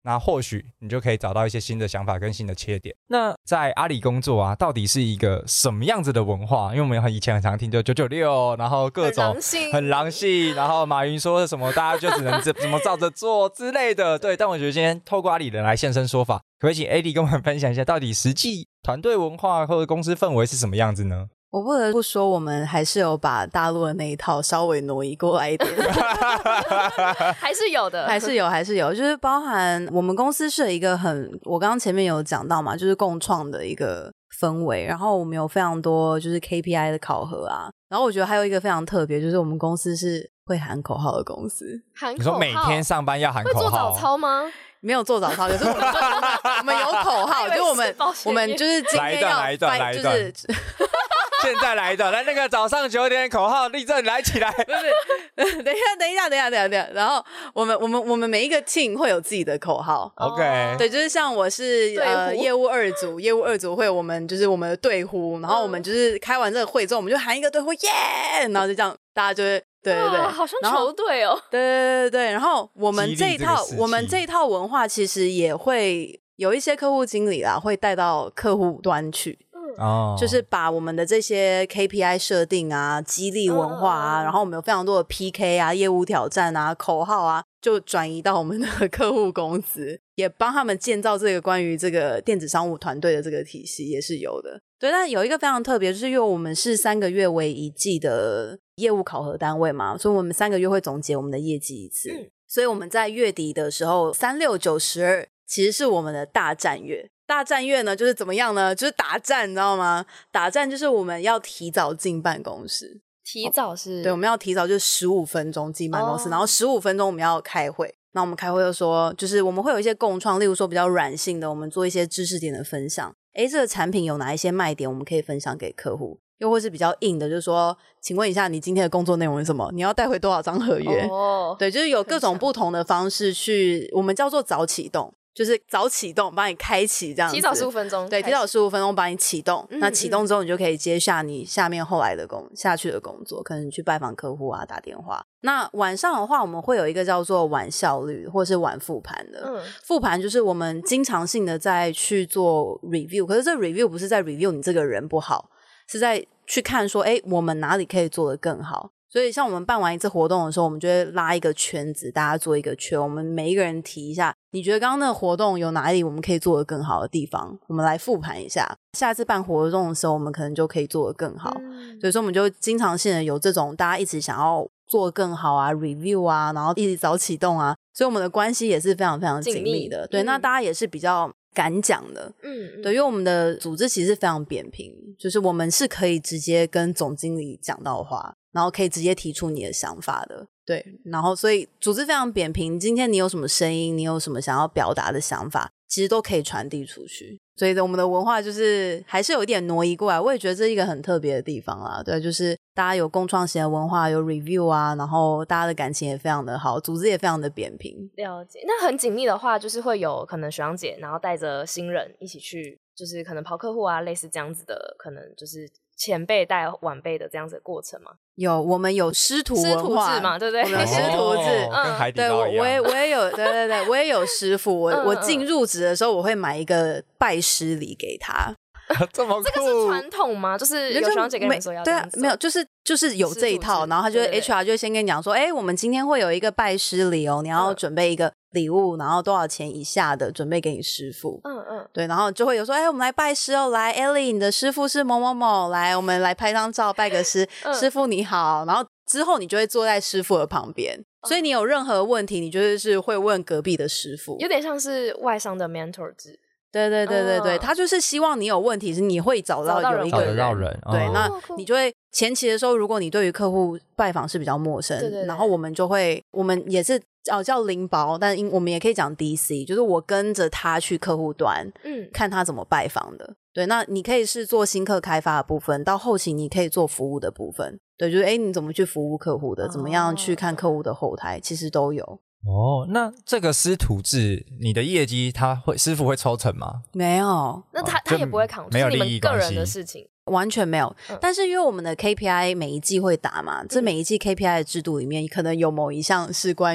那或许你就可以找到一些新的想法跟新的切点。那在阿里工作啊，到底是一个什么样子的文化？因为我们以前很常听就996，然后各种很狼性，然后马云说什么大家就只能怎么照着做之类的。对，但我觉得今天透过阿里人来现身说法，可不可以请 AD 跟我们分享一下，到底实际团队文化或者公司氛围是什么样子呢？ 我不得不说，我们还是有把大陆的那一套稍微挪移过来一点还是有的， 还是有，就是包含我们公司是一个我刚刚前面有讲到嘛，就是共创的一个氛围，然后我们有非常多就是 KPI 的考核啊，然后我觉得还有一个非常特别，就是我们公司是会喊口号的公司。 喊口号？ 你说每天上班要喊口号？ 会做早操吗？ 没有做早操，可是我们有口号，就我们就是今天要来一段就是现在来一段，来那个早上9点口号，立正来起来。 不是，等一下，然后我们每一个 team 会有自己的口号。 OK， 对，就是像我是业务二组会我们就是我们的队呼，然后我们就是开完这个会之后，我们就喊一个队呼耶，然后就这样大家就会对， 好像球队哦。 对，然后我们这一套文化其实也会有一些客户经理啦，会带到客户端去。就是把我们的这些 KPI 设定啊、激励文化啊，然后我们有非常多的 PK 啊、业务挑战啊、口号啊，就转移到我们的客户公司，也帮他们建造这个关于这个电子商务团队的这个体系也是有的。对，但有一个非常特别，就是因为我们是3个月为一季的业务考核单位嘛，所以我们3个月会总结我们的业绩一次。所以我们在月底的时候3、6、9、12其实是我们的大战月。大战月呢就是怎么样呢？就是打战，你知道吗？打战就是我们要提早进办公室。 提早是？ 对，我们要提早就是15分钟进办公室，然后15分钟我们要开会。那我们开会就说，就是我们会有一些共创，例如说比较软性的，我们做一些知识点的分享。这个产品有哪一些卖点我们可以分享给客户，又或是比较硬的，就是说请问一下你今天的工作内容是什么，你要带回多少张合约。对，就是有各种不同的方式去，我们叫做早启动，就是早启动帮你开启这样子， 提早15分钟。 对，提早15分钟帮你启动。那启动之后你就可以接下你下面后来的下去的工作，可能去拜访客户啊，打电话。那晚上的话我们会有一个叫做晚效率或是晚复盘的。复盘就是我们经常性的在去做 review， 可是这 review 不是在 review 你这个人不好，是在去看说我们哪里可以做得更好。所以像我们办完一次活动的时候，我们就会拉一个圈子，大家做一个圈，我们每一个人提一下你觉得刚刚那个活动有哪里我们可以做得更好的地方，我们来复盘一下，下次办活动的时候我们可能就可以做得更好。所以说我们就经常性的有这种大家一直想要做得更好啊 review 啊，然后一直早启动啊，所以我们的关系也是非常非常紧密的。对，那大家也是比较敢讲的。对，因为我们的组织其实非常扁平，就是我们是可以直接跟总经理讲到话，然后可以直接提出你的想法的。对，然后所以组织非常扁平，今天你有什么声音，你有什么想要表达的想法，其实都可以传递出去。所以我们的文化就是还是有一点挪移过来，我也觉得这是一个很特别的地方啦。对，就是大家有共创型的文化，有 review 啊，然后大家的感情也非常的好，组织也非常的扁平。 了解。那很紧密的话就是会有可能学长姐然后带着新人一起去，就是可能跑客户啊，类似这样子的，可能就是前辈带晚辈的这样子的过程吗？ 有，我们有师徒文化制嘛，对不对？ 我们有师徒制， 跟海底捞一样。 对，我也有，对，我也有师傅。我进入职的时候，我会买一个拜师礼给他。 这么酷， 这个是传统吗？就是有学长姐跟你说要这样做？ 对啊，没有，就是有这一套，然后他就 HR 就会先跟你讲说，我们今天会有一个拜师礼哦，你要准备一个礼物，然后多少钱以下的准备给你师傅。对，然后就会有说，我们来拜师哦，来 Ellie 你的师傅是某某某，来我们来拍张照拜个师，师傅你好。然后之后你就会坐在师傅的旁边，所以你有任何问题，你就是会问隔壁的师傅， 有点像是外商的 mentor 制。 对，他就是希望你有问题是你会找到有一个人，对，那你就会前期的时候，如果你对于客户拜访是比较陌生， 对， 然后我们也是叫零包，但我们也可以讲 DC， 就是我跟着他去客户端，看他怎么拜访的。对，那你可以是做新客开发的部分，到后期你可以做服务的部分。对，就是你怎么去服务客户的，怎么样去看客户的后台，其实都有。 那这个师徒制，你的业绩师傅会抽成吗？ 没有， 那他也不会扛， 没有利益关系，是你们个人的事情， 完全没有。但是因为我们的 KPI 每一季会打嘛，这每一季 KPI 的制度里面，可能有某一项是关于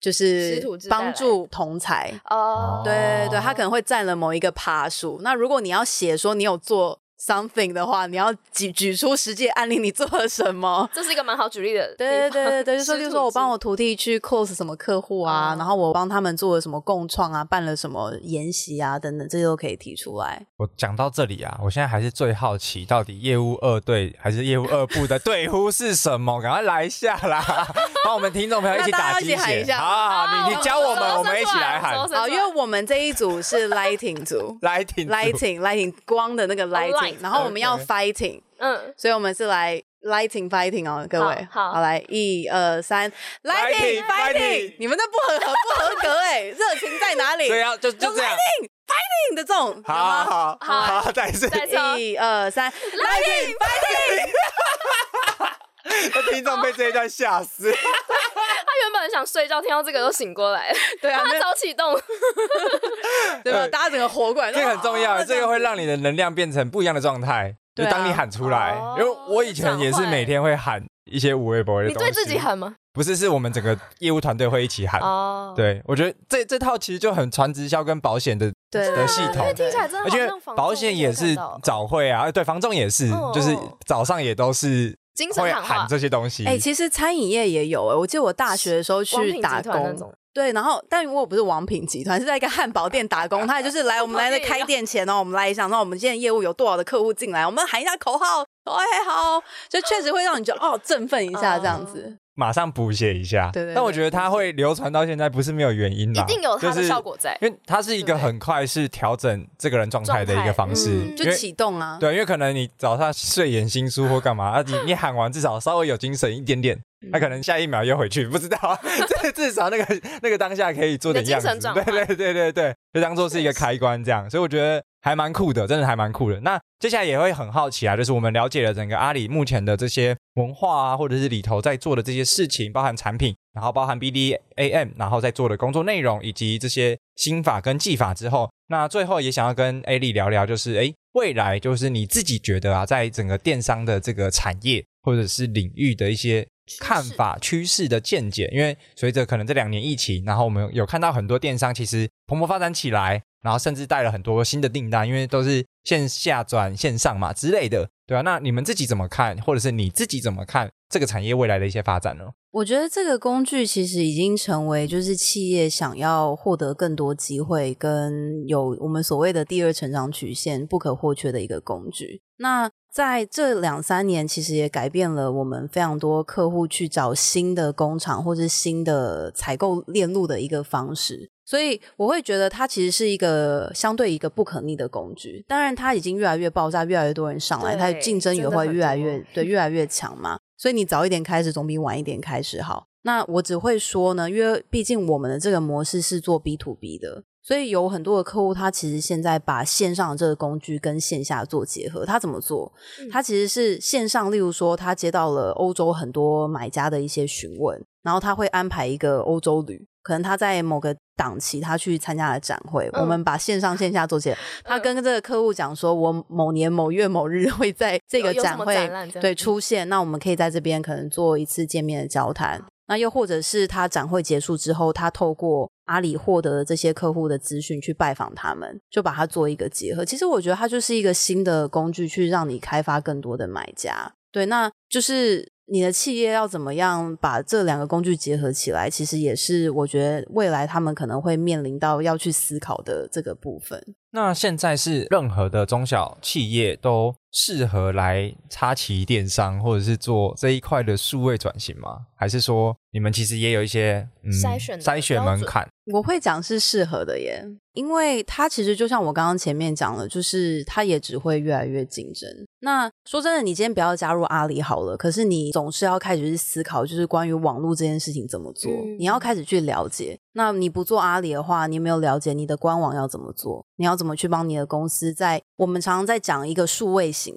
就是帮助同才哦， 对对，他可能会占了某一个趴数。那如果你要写说你有做something 的话，你要举出实际案例，你做了什么？ 这是一个蛮好举例的地方。 对对对对，就说我帮我徒弟去 close 什么客户啊，然后我帮他们做了什么共创啊，办了什么研习啊等等，这些都可以提出来。 我讲到这里啊，我现在还是最好奇，到底业务2队还是业务2部的对呼是什么？赶快来一下啦，帮我们听众朋友一起打鸡血。好，你教我们，我们一起来喊。 好，因为我们这一组是 lighting 组，lighting 光的那个 lighting。然后我们要 fighting， 所以我们是来 lighting fighting 哦，各位，好来1、2、3 lighting fighting， 你们这不合格哎，热情在哪里？ 所以要就这样 fighting 的这种， 好，再一次 1、2、3 lighting fighting。 听众被这一段吓死。 他原本很想睡觉，听到这个都醒过来了。 对啊， 他早启动， 对吧？大家整个活过来， 这个很重要，这个会让你的能量变成不一样的状态。就当你喊出来，因为我以前也是每天会喊一些无微不微的东西。 你对自己喊吗？ 不是，是我们整个业务团队会一起喊。哦，对，我觉得这套其实就很传直销跟保险的系统， 听起来真的好像防重， 而且保险也是早会啊，对，房仲也是，就是早上也都是会喊这些东西。 其实餐饮业也有我记得我大学的时候去打工。对，然后但我不是王品集团，是在一个汉堡店打工，他也就是来我们来开店前我们来一下，那我们现在业务有多少的客户进来，我们喊一下口号，好，就确实会让你觉得振奋一下这样子。 马上补写一下，对，但我觉得它会流传到现在不是没有原因啦， 一定有它的效果在， 因为它是一个很快是调整这个人状态的一个方式， 就启动啊。 对，因为可能你早上睡眼惺忪或干嘛，你喊完至少稍微有精神一点点，他可能下一秒又回去，不知道，至少那个当下可以做点样子，对，就当做是一个开关这样，所以我觉得还蛮酷的，真的还蛮酷的。那接下来也会很好奇啊，就是我们了解了整个阿里目前的这些文化啊，或者是里头在做的这些事情，包含产品，然后包含 BDAM， 然后在做的工作内容，以及这些心法跟技法之后，那最后也想要跟 A 莉聊聊，就是未来就是你自己觉得啊，在整个电商的这个产业或者是领域的一些看法趋势的见解，因为随着可能这2年疫情，然后我们有看到很多电商其实蓬勃发展起来，然后甚至带了很多新的订单，因为都是线下转线上嘛之类的，对啊，那你们自己怎么看，或者是你自己怎么看这个产业未来的一些发展呢？ 我觉得这个工具其实已经成为就是企业想要获得更多机会跟有我们所谓的第2成长曲线不可或缺的一个工具。那在这2-3年其实也改变了我们非常多客户去找新的工厂或是新的采购链路的一个方式，所以我会觉得它其实是一个相对一个不可逆的工具。当然它已经越来越爆炸，越来越多人上来，它的竞争也会越来越强嘛，所以你早一点开始总比晚一点开始好。那我只会说呢，因为毕竟我们的这个模式是做 B2B 的，所以有很多的客户他其实现在把线上的这个工具跟线下做结合。他怎么做？他其实是线上，例如说他接到了欧洲很多买家的一些询问，然后他会安排一个欧洲旅，可能他在某个档期他去参加了展会，我们把线上线下做结合。他跟这个客户讲说，我某年某月某日会在这个展会对出现，那我们可以在这边可能做一次见面的交谈。那又或者是他展会结束之后，他透过阿里获得的这些客户的资讯去拜访他们，就把它做一个结合。其实我觉得它就是一个新的工具，去让你开发更多的买家。对，那就是你的企业要怎么样把这2个工具结合起来，其实也是我觉得未来他们可能会面临到要去思考的这个部分。 那现在是任何的中小企业都适合来插旗电商或者是做这一块的数位转型吗？还是说你们其实也有一些筛选门槛？ 我会讲是适合的耶，因为它其实就像我刚刚前面讲了，就是它也只会越来越竞争。那说真的，你今天不要加入阿里好了，可是你总是要开始去思考，就是关于网络这件事情怎么做，你要开始去了解。那你不做阿里的话，你没有了解你的官网要怎么做，你要怎么去帮你的公司在我们常常在讲一个数位形象，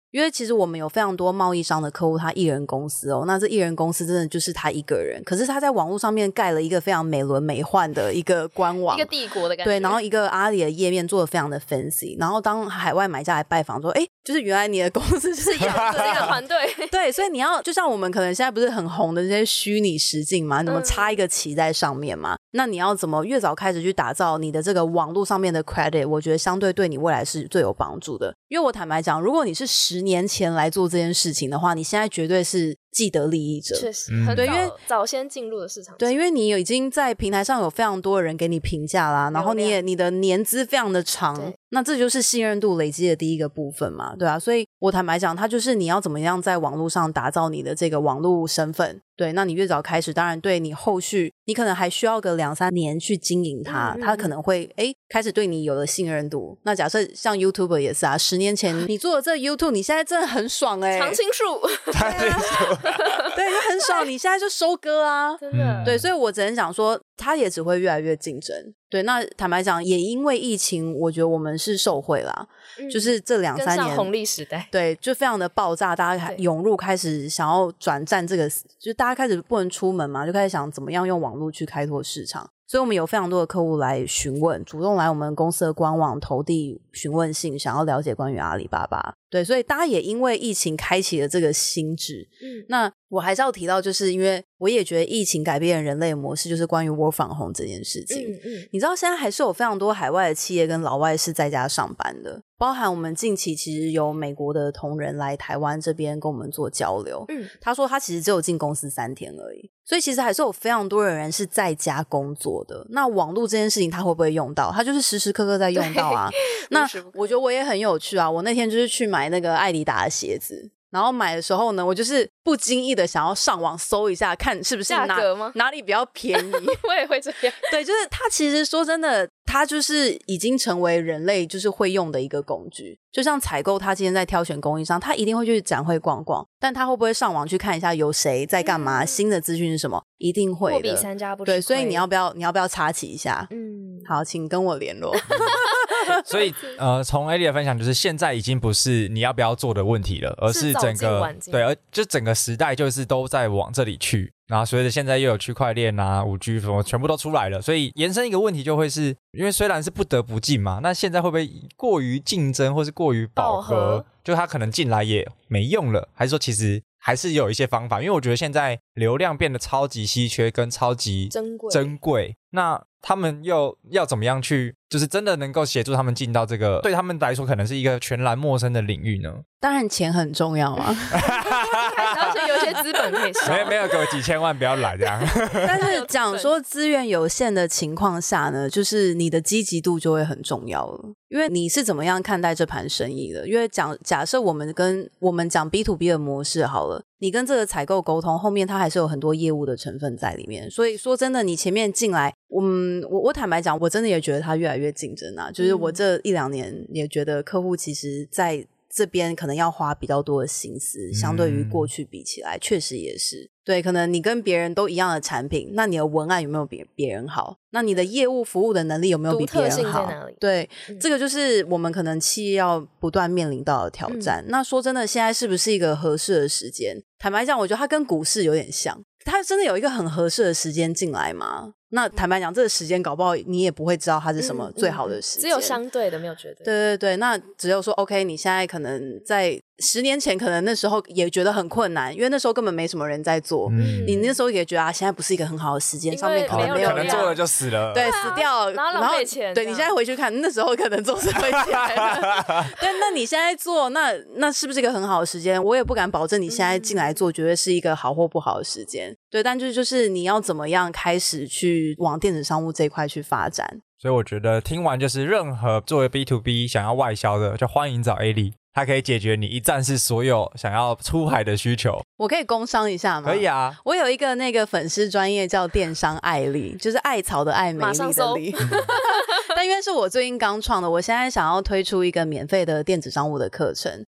因为其实我们有非常多贸易商的客户，他一人公司那这一人公司真的就是他一个人，可是他在网络上面盖了一个非常美轮美奂的一个官网， 一个帝国的感觉。 对，然后一个阿里的页面做的非常的 fancy， 然后当海外买家来拜访说就是原来你的公司是这样的一个团队对，所以你要就像我们可能现在不是很红的这些虚拟实境嘛，你怎么插一个旗在上面嘛，那你要怎么越早开始去打造你的这个网络上面的 credit， 我觉得相对对你未来是最有帮助的。因为我坦白讲，如果你是10年前来做这件事情的话，你现在绝对是既得利益者， 确实很早先进入的市场。 对，因为你已经在平台上有非常多的人给你评价啦，然后你的年资非常的长，那这就是信任度累积的第一个部分嘛，对啊，所以我坦白讲，它就是你要怎么样在网络上打造你的这个网络身份。对，那你越早开始，当然对你后续你可能还需要个2-3年去经营它，它可能会开始对你有了信任度。那假设像 YouTuber 也是啊，10年前你做的这个 YouTube， 你现在真的很爽常青树对，就很爽，你现在就收割啊， 真的对，所以我只能讲说它也只会越来越竞争。对，那坦白讲也因为疫情我觉得我们是受惠啦，就是这2-3年跟上红利时代， 对，就非常的爆炸，大家涌入开始想要转战这个，就大家开始不能出门嘛，就开始想怎么样用网络去开拓市场。所以我们有非常多的客户来询问，主动来我们公司的官网投递询问信，想要了解关于阿里巴巴。对，所以大家也因为疫情开启了这个心智。那我还是要提到，就是因为我也觉得疫情改变人类模式，就是关于 work from home 这件事情。你知道现在还是有非常多海外的企业跟老外是在家上班的，包含我们近期其实有美国的同仁来台湾这边跟我们做交流。他说他其实只有进公司3天而已，所以其实还是有非常多的人是在家工作的。那网络这件事情他会不会用到？他就是时时刻刻在用到啊。那我觉得我也很有趣啊，我那天就是去买那个艾迪达的鞋子，然后买的时候呢，我就是不经意的想要上网搜一下，看是不是哪里比较便宜。 我也会这样。 对，就是它其实说真的，它就是已经成为人类就是会用的一个工具。就像采购，他今天在挑选供应商，他一定会去展会逛逛，但他会不会上网去看一下有谁在干嘛，新的资讯是什么？一定会的。 货比三家不吃亏。 对，所以你要不要插旗一下？好，请跟我联络。 所以从 Ali 的分享，就是现在已经不是你要不要做的问题了，而是整个对，就整个时代就是都在往这里去。然后随着现在又有区块链啊 5G 什么全部都出来了，所以延伸一个问题就会是，因为虽然是不得不进嘛，那现在会不会过于竞争或是过于饱和，就它可能进来也没用了，还是说其实还是有一些方法？因为我觉得现在流量变得超级稀缺跟超级珍贵，那他们又要怎么样去就是真的能够协助他们进到这个对他们来说可能是一个全然陌生的领域呢？ 当然钱很重要啊而且有些资本可以烧没有给我几千万不要来这样但是讲说资源有限的情况下呢，就是你的积极度就会很重要了，因为你是怎么样看待这盘生意的。因为假设我们讲 B2B 的模式好了，你跟这个采购沟通后面它还是有很多业务的成分在里面，所以说真的你前面进来我坦白讲，我真的也觉得它越来越竞争啊，就是我这1-2年也觉得客户其实在这边可能要花比较多的心思，相对于过去比起来确实也是。对，可能你跟别人都一样的产品，那你的文案有没有比别人好？那你的业务服务的能力有没有比别人好？ 独特性在哪里？ 对，这个就是我们可能企业要不断面临到的挑战。那说真的，现在是不是一个合适的时间？坦白讲，我觉得它跟股市有点像，它真的有一个很合适的时间进来吗？那坦白讲，这个时间搞不好你也不会知道它是什么最好的时间， 只有相对的，没有绝对。 对对对，那只有说 OK， 你现在可能在10年前，可能那时候也觉得很困难，因为那时候根本没什么人在做。你那时候也觉得现在不是一个很好的时间，上面可能没有可能做了就死了， 对，死掉， 然后浪费钱。 对，你现在回去看，那时候可能做是会起来的。对，那你现在做，那是不是一个很好的时间？我也不敢保证你现在进来做，绝对是一个好或不好的时间。对，但就是你要怎么样开始去往电子商务这一块去发展。 所以我觉得听完就是任何作为 B2B 想要外销的，就欢迎找 Ali， 它可以解决你一站式所有想要出海的需求。 我可以工商一下吗？ 可以啊， 我有一个那个粉丝专业叫电商艾丽，就是艾草的艾，美丽的丽。但因为是我最近刚创的，我现在想要推出一个免费的电子商务的课程。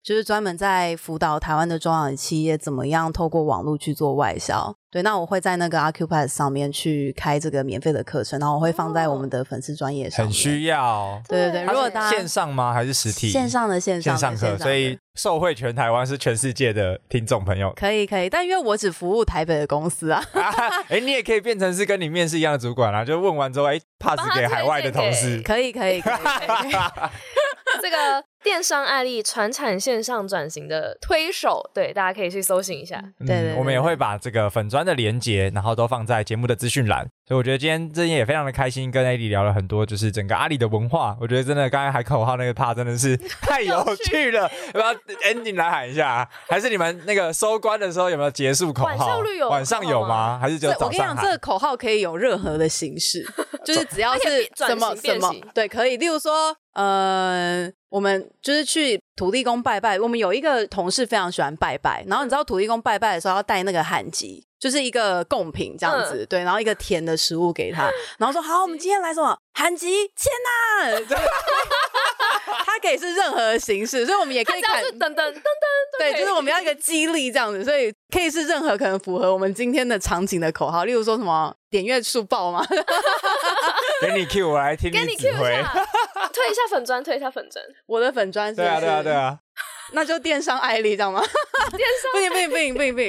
就是专门在辅导台湾的中小企业怎么样透过网络去做外销。对，那我会在那个 Accupass 上面去开这个免费的课程，然后我会放在我们的粉丝专页上面。 很需要。 对对对，如果大家线上吗？还是实体？ 线上的线上课，所以受惠全台湾是全世界的听众朋友。 可以，但因为我只服务台北的公司啊。 你也可以变成是跟你面试一样的主管啊，就问完之后pass 给海外的同事。 可以。 这个电商案例传产线上转型的推手，对，大家可以去搜寻一下。 对， 我们也会把这个粉专的连结，然后都放在节目的资讯栏。所以我觉得今天也非常的开心，跟 AD 聊了很多，就是整个阿里的文化。我觉得真的刚才喊口号那个 part 真的是太有趣了，要不要 ending 来喊一下？还是你们那个收官的时候有没有结束口号？晚上有吗？还是只有早上喊？ 我跟你讲，这个口号可以有任何的形式，就是只要是什么对，可以。例如说，我们就是去土地公拜拜，我们有一个同事非常喜欢拜拜，然后你知道土地公拜拜的时候要带那个旱鸡，就是一个贡品这样子，对，然后一个甜的食物给他，然后说好，我们今天来什么旱鸡签呐，它可以是任何形式，所以我们也可以看噔噔噔噔， 对，就是我们要一个激励这样子，所以可以是任何可能符合我们今天的场景的口号，例如说什么点阅数爆吗？ 给你 Q 我来听你指挥。 推一下粉专， 我的粉专是不是？ 对啊， 那就电商艾丽这样吗？ 电商不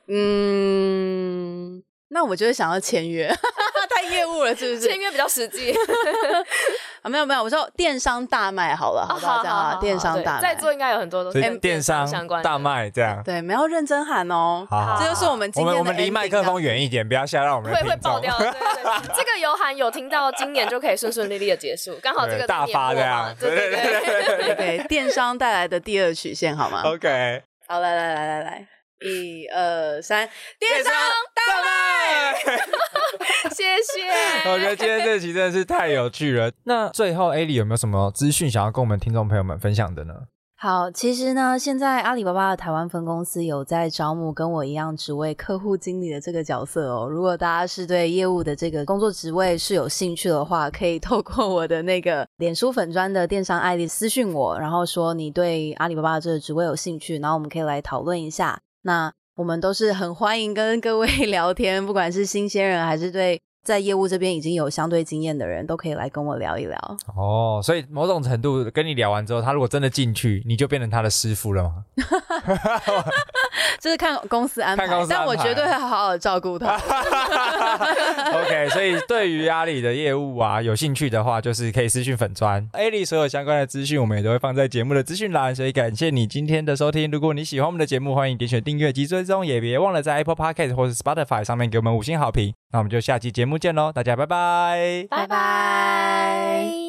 行，那我就会想要签约，太业务了是不是？ 签约比较实际。 没有，我说电商大卖好了，好不好？这样啊，电商大卖， 在座应该有很多都是跟电商相关大卖这样。 对，没有认真喊哦。 好， 这就是我们今天的 ending。 我们离麦克风远一点，不要吓到我们的听众。 会爆掉。对，这个有喊有听到，今年就可以顺顺利利的结束，刚好这个大发这样。 对，电商带来的第二曲线好吗 ？OK， 好，来，1、2、3，电商大卖。 谢谢。 我觉得今天这期真的是太有趣了。那最后 AD 有没有什么资讯想要跟我们听众朋友们分享的呢？ 好，其实呢，现在阿里巴巴的台湾分公司有在招募跟我一样职位客户经理的这个角色哦。如果大家是对业务的这个工作职位是有兴趣的话，可以透过我的那个脸书粉专的电商艾丽私讯我，然后说你对阿里巴巴的这个职位有兴趣，然后我们可以来讨论一下。那我们都是很欢迎跟各位聊天，不管是新鲜人还是对在业务这边已经有相对经验的人，都可以来跟我聊一聊。 哦，所以某种程度跟你聊完之后，他如果真的进去，你就变成他的师傅了吗？ 就是看公司安排，但我绝对会好好的照顾他。 OK， 所以对于阿里的业务啊有兴趣的话，就是可以私讯粉专 AD 所有相关的资讯，我们也都会放在节目的资讯栏。所以感谢你今天的收听，如果你喜欢我们的节目，欢迎点选订阅及追踪，也别忘了在 Apple Podcast 或是 Spotify 上面给我们5星好评。那我们就下期节目见咯，大家拜拜， 拜拜。